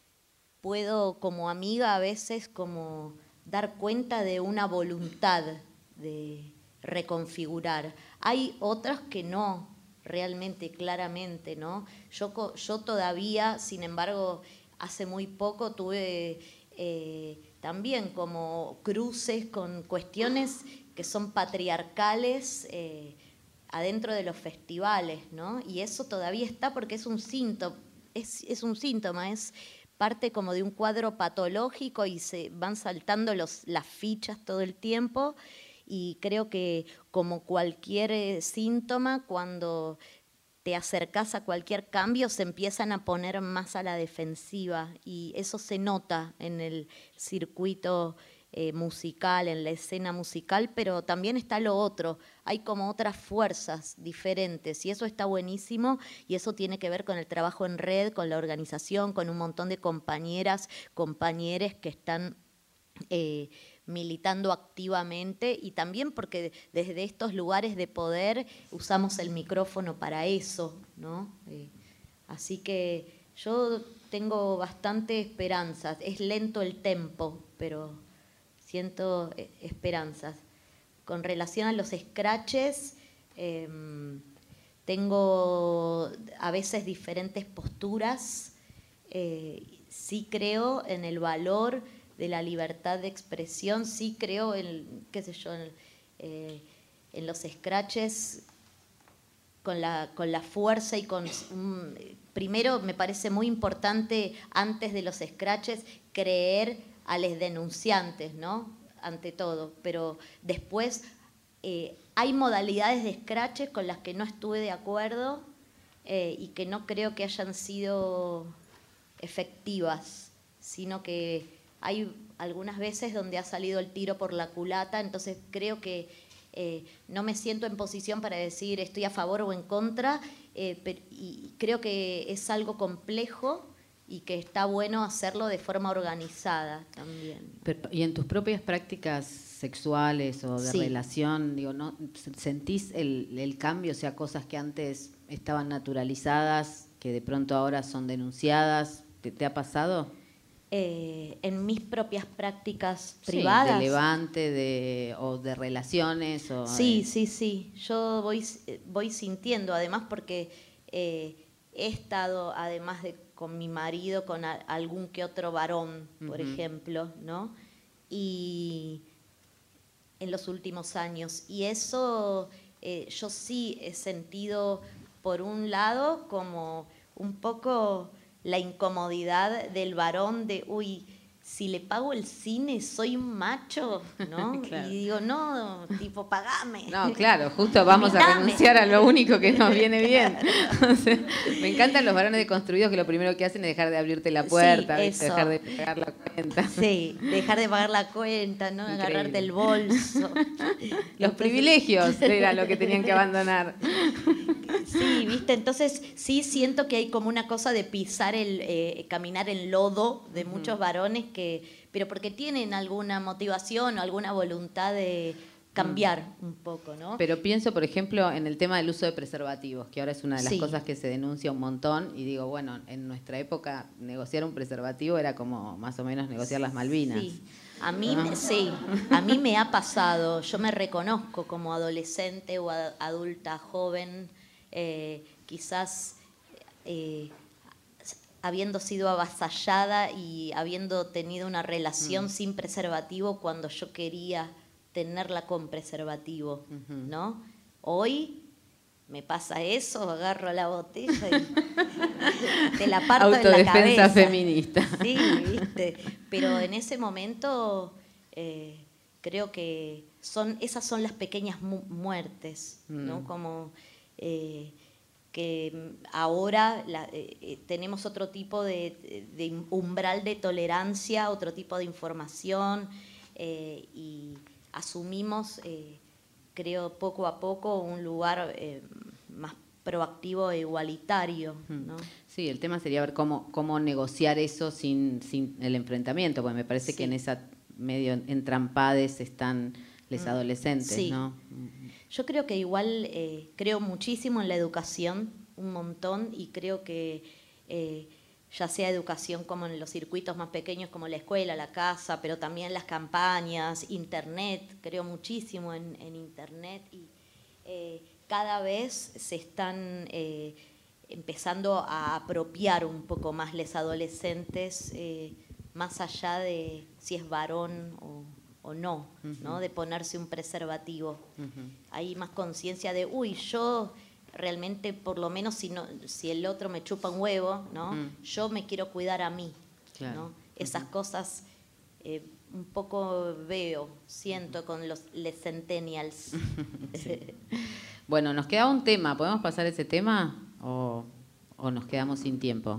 puedo como amiga a veces como dar cuenta de una voluntad de reconfigurar. Hay otras que no, realmente, claramente, ¿no? Yo, yo todavía, sin embargo, hace muy poco tuve eh, también como cruces con cuestiones que son patriarcales eh, adentro de los festivales, ¿no? Y eso todavía está porque es un síntoma, es, es un síntoma, es parte como de un cuadro patológico y se van saltando los, las fichas todo el tiempo, y creo que como cualquier síntoma, cuando te acercás a cualquier cambio, se empiezan a poner más a la defensiva, y eso se nota en el circuito Eh, musical, en la escena musical, pero también está lo otro, hay como otras fuerzas diferentes, y eso está buenísimo, y eso tiene que ver con el trabajo en red, con la organización, con un montón de compañeras, compañeros que están eh, militando activamente, y también porque desde estos lugares de poder usamos el micrófono para eso, ¿no? Eh, así que yo tengo bastante esperanzas. Es lento el tempo, pero siento esperanzas. Con relación a los scratches, eh, tengo a veces diferentes posturas. Eh, sí creo en el valor de la libertad de expresión, sí creo en, qué sé yo, en, eh, en los scratches con la, con la fuerza y con... Um, primero, me parece muy importante, antes de los scratches, creer a los denunciantes, ¿no? Ante todo, pero después eh, hay modalidades de scratches con las que no estuve de acuerdo eh, y que no creo que hayan sido efectivas, sino que hay algunas veces donde ha salido el tiro por la culata, entonces creo que eh, no me siento en posición para decir estoy a favor o en contra, eh, pero, y creo que es algo complejo y que está bueno hacerlo de forma organizada también. Pero, ¿y en tus propias prácticas sexuales o de sí. relación, digo, no sentís el, el cambio, o sea, cosas que antes estaban naturalizadas, que de pronto ahora son denunciadas? ¿Te, te ha pasado? Eh, en mis propias prácticas sí, privadas. De levante, de, o de relaciones. O sí, de... sí, sí. Yo voy, voy sintiendo, además, porque eh, he estado, además de con mi marido, con a, algún que otro varón, por uh-huh. ejemplo, ¿no? Y en los últimos años. Y eso eh, yo sí he sentido, por un lado, como un poco la incomodidad del varón de, uy, si le pago el cine soy un macho, ¿no? Claro. Y digo, no, tipo, pagame. No, claro, justo vamos a renunciar a lo único que nos viene bien. O sea, me encantan los varones deconstruidos que lo primero que hacen es dejar de abrirte la puerta, sí, dejar de pagar la cuenta. Sí, dejar de pagar la cuenta, ¿no? Increíble. Agarrarte el bolso. Los Entonces, privilegios era lo que tenían que abandonar. Sí, ¿viste? Entonces sí siento que hay como una cosa de pisar el, eh, caminar en lodo de muchos varones que, pero porque tienen alguna motivación o alguna voluntad de cambiar mm. un poco, ¿no? Pero pienso, por ejemplo, en el tema del uso de preservativos, que ahora es una de las sí. cosas que se denuncia un montón, y digo, bueno, en nuestra época negociar un preservativo era como más o menos negociar las Malvinas. Sí. A mí, ¿no? sí, a mí me ha pasado, yo me reconozco como adolescente o adulta joven, Eh, quizás eh, habiendo sido avasallada y habiendo tenido una relación mm. sin preservativo cuando yo quería tenerla con preservativo, uh-huh. ¿no? Hoy me pasa eso, agarro la botella y te la parto en la cabeza. Autodefensa feminista. Sí, ¿viste? Pero en ese momento eh, creo que son esas son las pequeñas mu- muertes, mm. ¿no? Como... Eh, que ahora la, eh, tenemos otro tipo de, de umbral de tolerancia, otro tipo de información eh, y asumimos, eh, creo, poco a poco un lugar eh, más proactivo e igualitario, ¿no? Sí, el tema sería ver cómo, cómo negociar eso sin, sin el enfrentamiento, porque me parece sí. que en esa medio entrampades están los adolescentes, sí. ¿no? Yo creo que igual eh, creo muchísimo en la educación, un montón, y creo que eh, ya sea educación como en los circuitos más pequeños como la escuela, la casa, pero también las campañas, internet, creo muchísimo en, en internet y eh, cada vez se están eh, empezando a apropiar un poco más los adolescentes, eh, más allá de si es varón o... o no, uh-huh. ¿no? De ponerse un preservativo. Uh-huh. Hay más conciencia de, uy, yo realmente, por lo menos si no, si el otro me chupa un huevo, ¿no? Uh-huh. Yo me quiero cuidar a mí, claro. ¿no? Esas uh-huh. cosas eh, un poco veo, siento con los les centennials. Sí. Bueno, nos queda un tema, ¿podemos pasar ese tema o, o nos quedamos sin tiempo?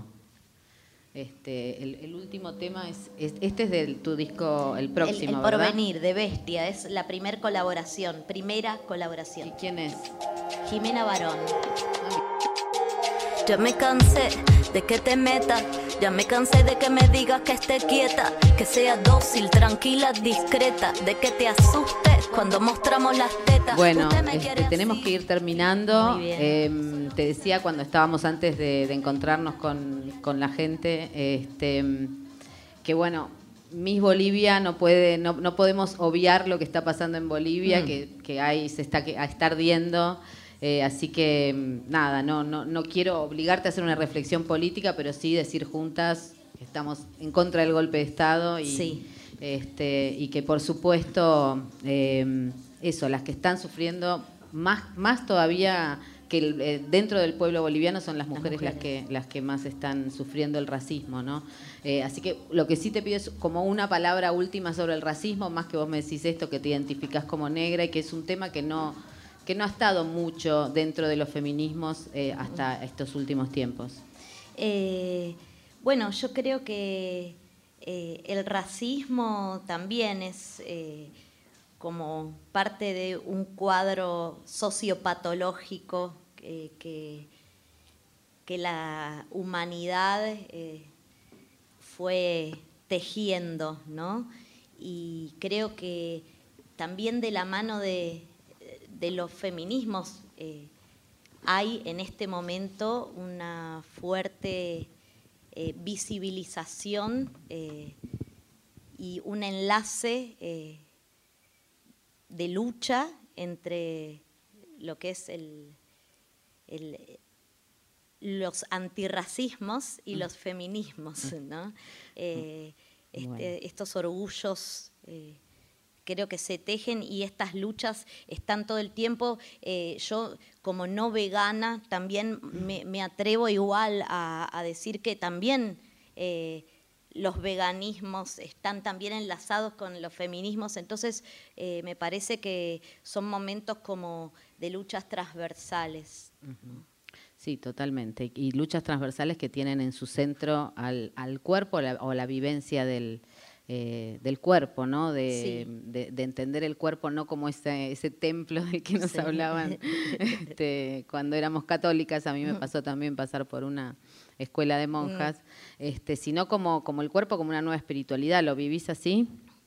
Este, el, el último tema es, es este es de tu disco, el próximo, el, el Porvenir, de Bestia, es la primer colaboración, primera colaboración. ¿Y quién es? Jimena Barón. Ya me cansé de que te metas Ya me cansé de que me digas que esté quieta, que sea dócil, tranquila, discreta, de que te asustes cuando mostramos las tetas. Bueno, Usted me este, quiere tenemos así. que ir terminando. Muy bien. Eh, te decía cuando estábamos antes de, de encontrarnos con, con la gente, este, que bueno, Miss Bolivia no puede, no, no podemos obviar lo que está pasando en Bolivia, Mm. que, que hay, se está, que, está ardiendo. Eh, así que nada, no, no, no quiero obligarte a hacer una reflexión política, pero sí decir juntas que estamos en contra del golpe de Estado y, Sí. este, y que por supuesto eh, eso, las que están sufriendo más, más todavía que el, eh, dentro del pueblo boliviano son las mujeres las, mujeres. que, las que más están sufriendo el racismo, ¿no? Eh, así que lo que sí te pido es como una palabra última sobre el racismo, más que vos me decís esto, que te identificás como negra y que es un tema que no, que no ha estado mucho dentro de los feminismos eh, hasta estos últimos tiempos. Eh, bueno, yo creo que eh, el racismo también es eh, como parte de un cuadro sociopatológico eh, que, que la humanidad eh, fue tejiendo, ¿no? Y creo que también de la mano de, de los feminismos eh, hay en este momento una fuerte eh, visibilización eh, y un enlace eh, de lucha entre lo que es el, el, los antirracismos y los feminismos, ¿no? Eh, este, Bueno. Estos orgullos eh, creo que se tejen y estas luchas están todo el tiempo. Eh, yo, como no vegana, también me, me atrevo igual a, a decir que también eh, los veganismos están también enlazados con los feminismos. Entonces, eh, me parece que son momentos como de luchas transversales. Uh-huh. Sí, totalmente. Y luchas transversales que tienen en su centro al, al cuerpo la, o la vivencia del... Eh, del cuerpo, ¿no? De, Sí. de, de entender el cuerpo no como ese, ese templo del que nos Sí. hablaban este, cuando éramos católicas. A mí me pasó también pasar por una escuela de monjas, este, sino como, como el cuerpo, como una nueva espiritualidad. ¿Lo vivís así?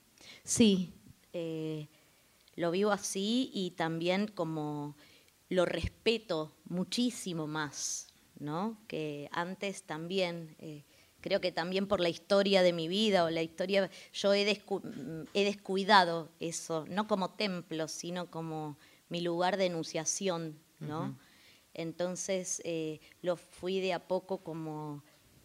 Sí, eh, lo vivo así y también como lo respeto muchísimo más, ¿no? Que antes también... Eh, Creo que también por la historia de mi vida o la historia, yo he, descu he descuidado eso, no como templo, sino como mi lugar de enunciación, ¿no? Uh-huh. Entonces eh, lo fui de a poco como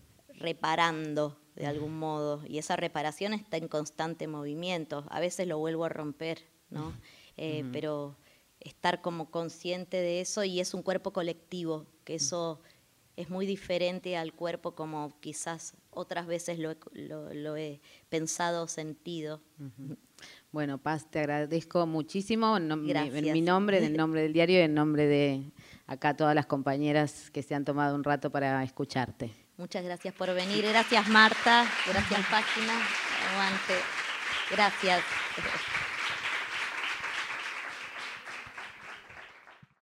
reparando de algún modo y esa reparación está en constante movimiento. A veces lo vuelvo a romper, ¿no? Eh, uh-huh. Pero estar como consciente de eso y es un cuerpo colectivo, que eso... Uh-huh. Es muy diferente al cuerpo como quizás otras veces lo he, lo, lo he pensado o sentido. Uh-huh. Bueno, Paz, te agradezco muchísimo en, nom Gracias. en mi nombre, en el nombre del diario y en nombre de acá todas las compañeras que se han tomado un rato para escucharte. Muchas gracias por venir. Gracias, Marta. Gracias, Página. Aguante. Gracias.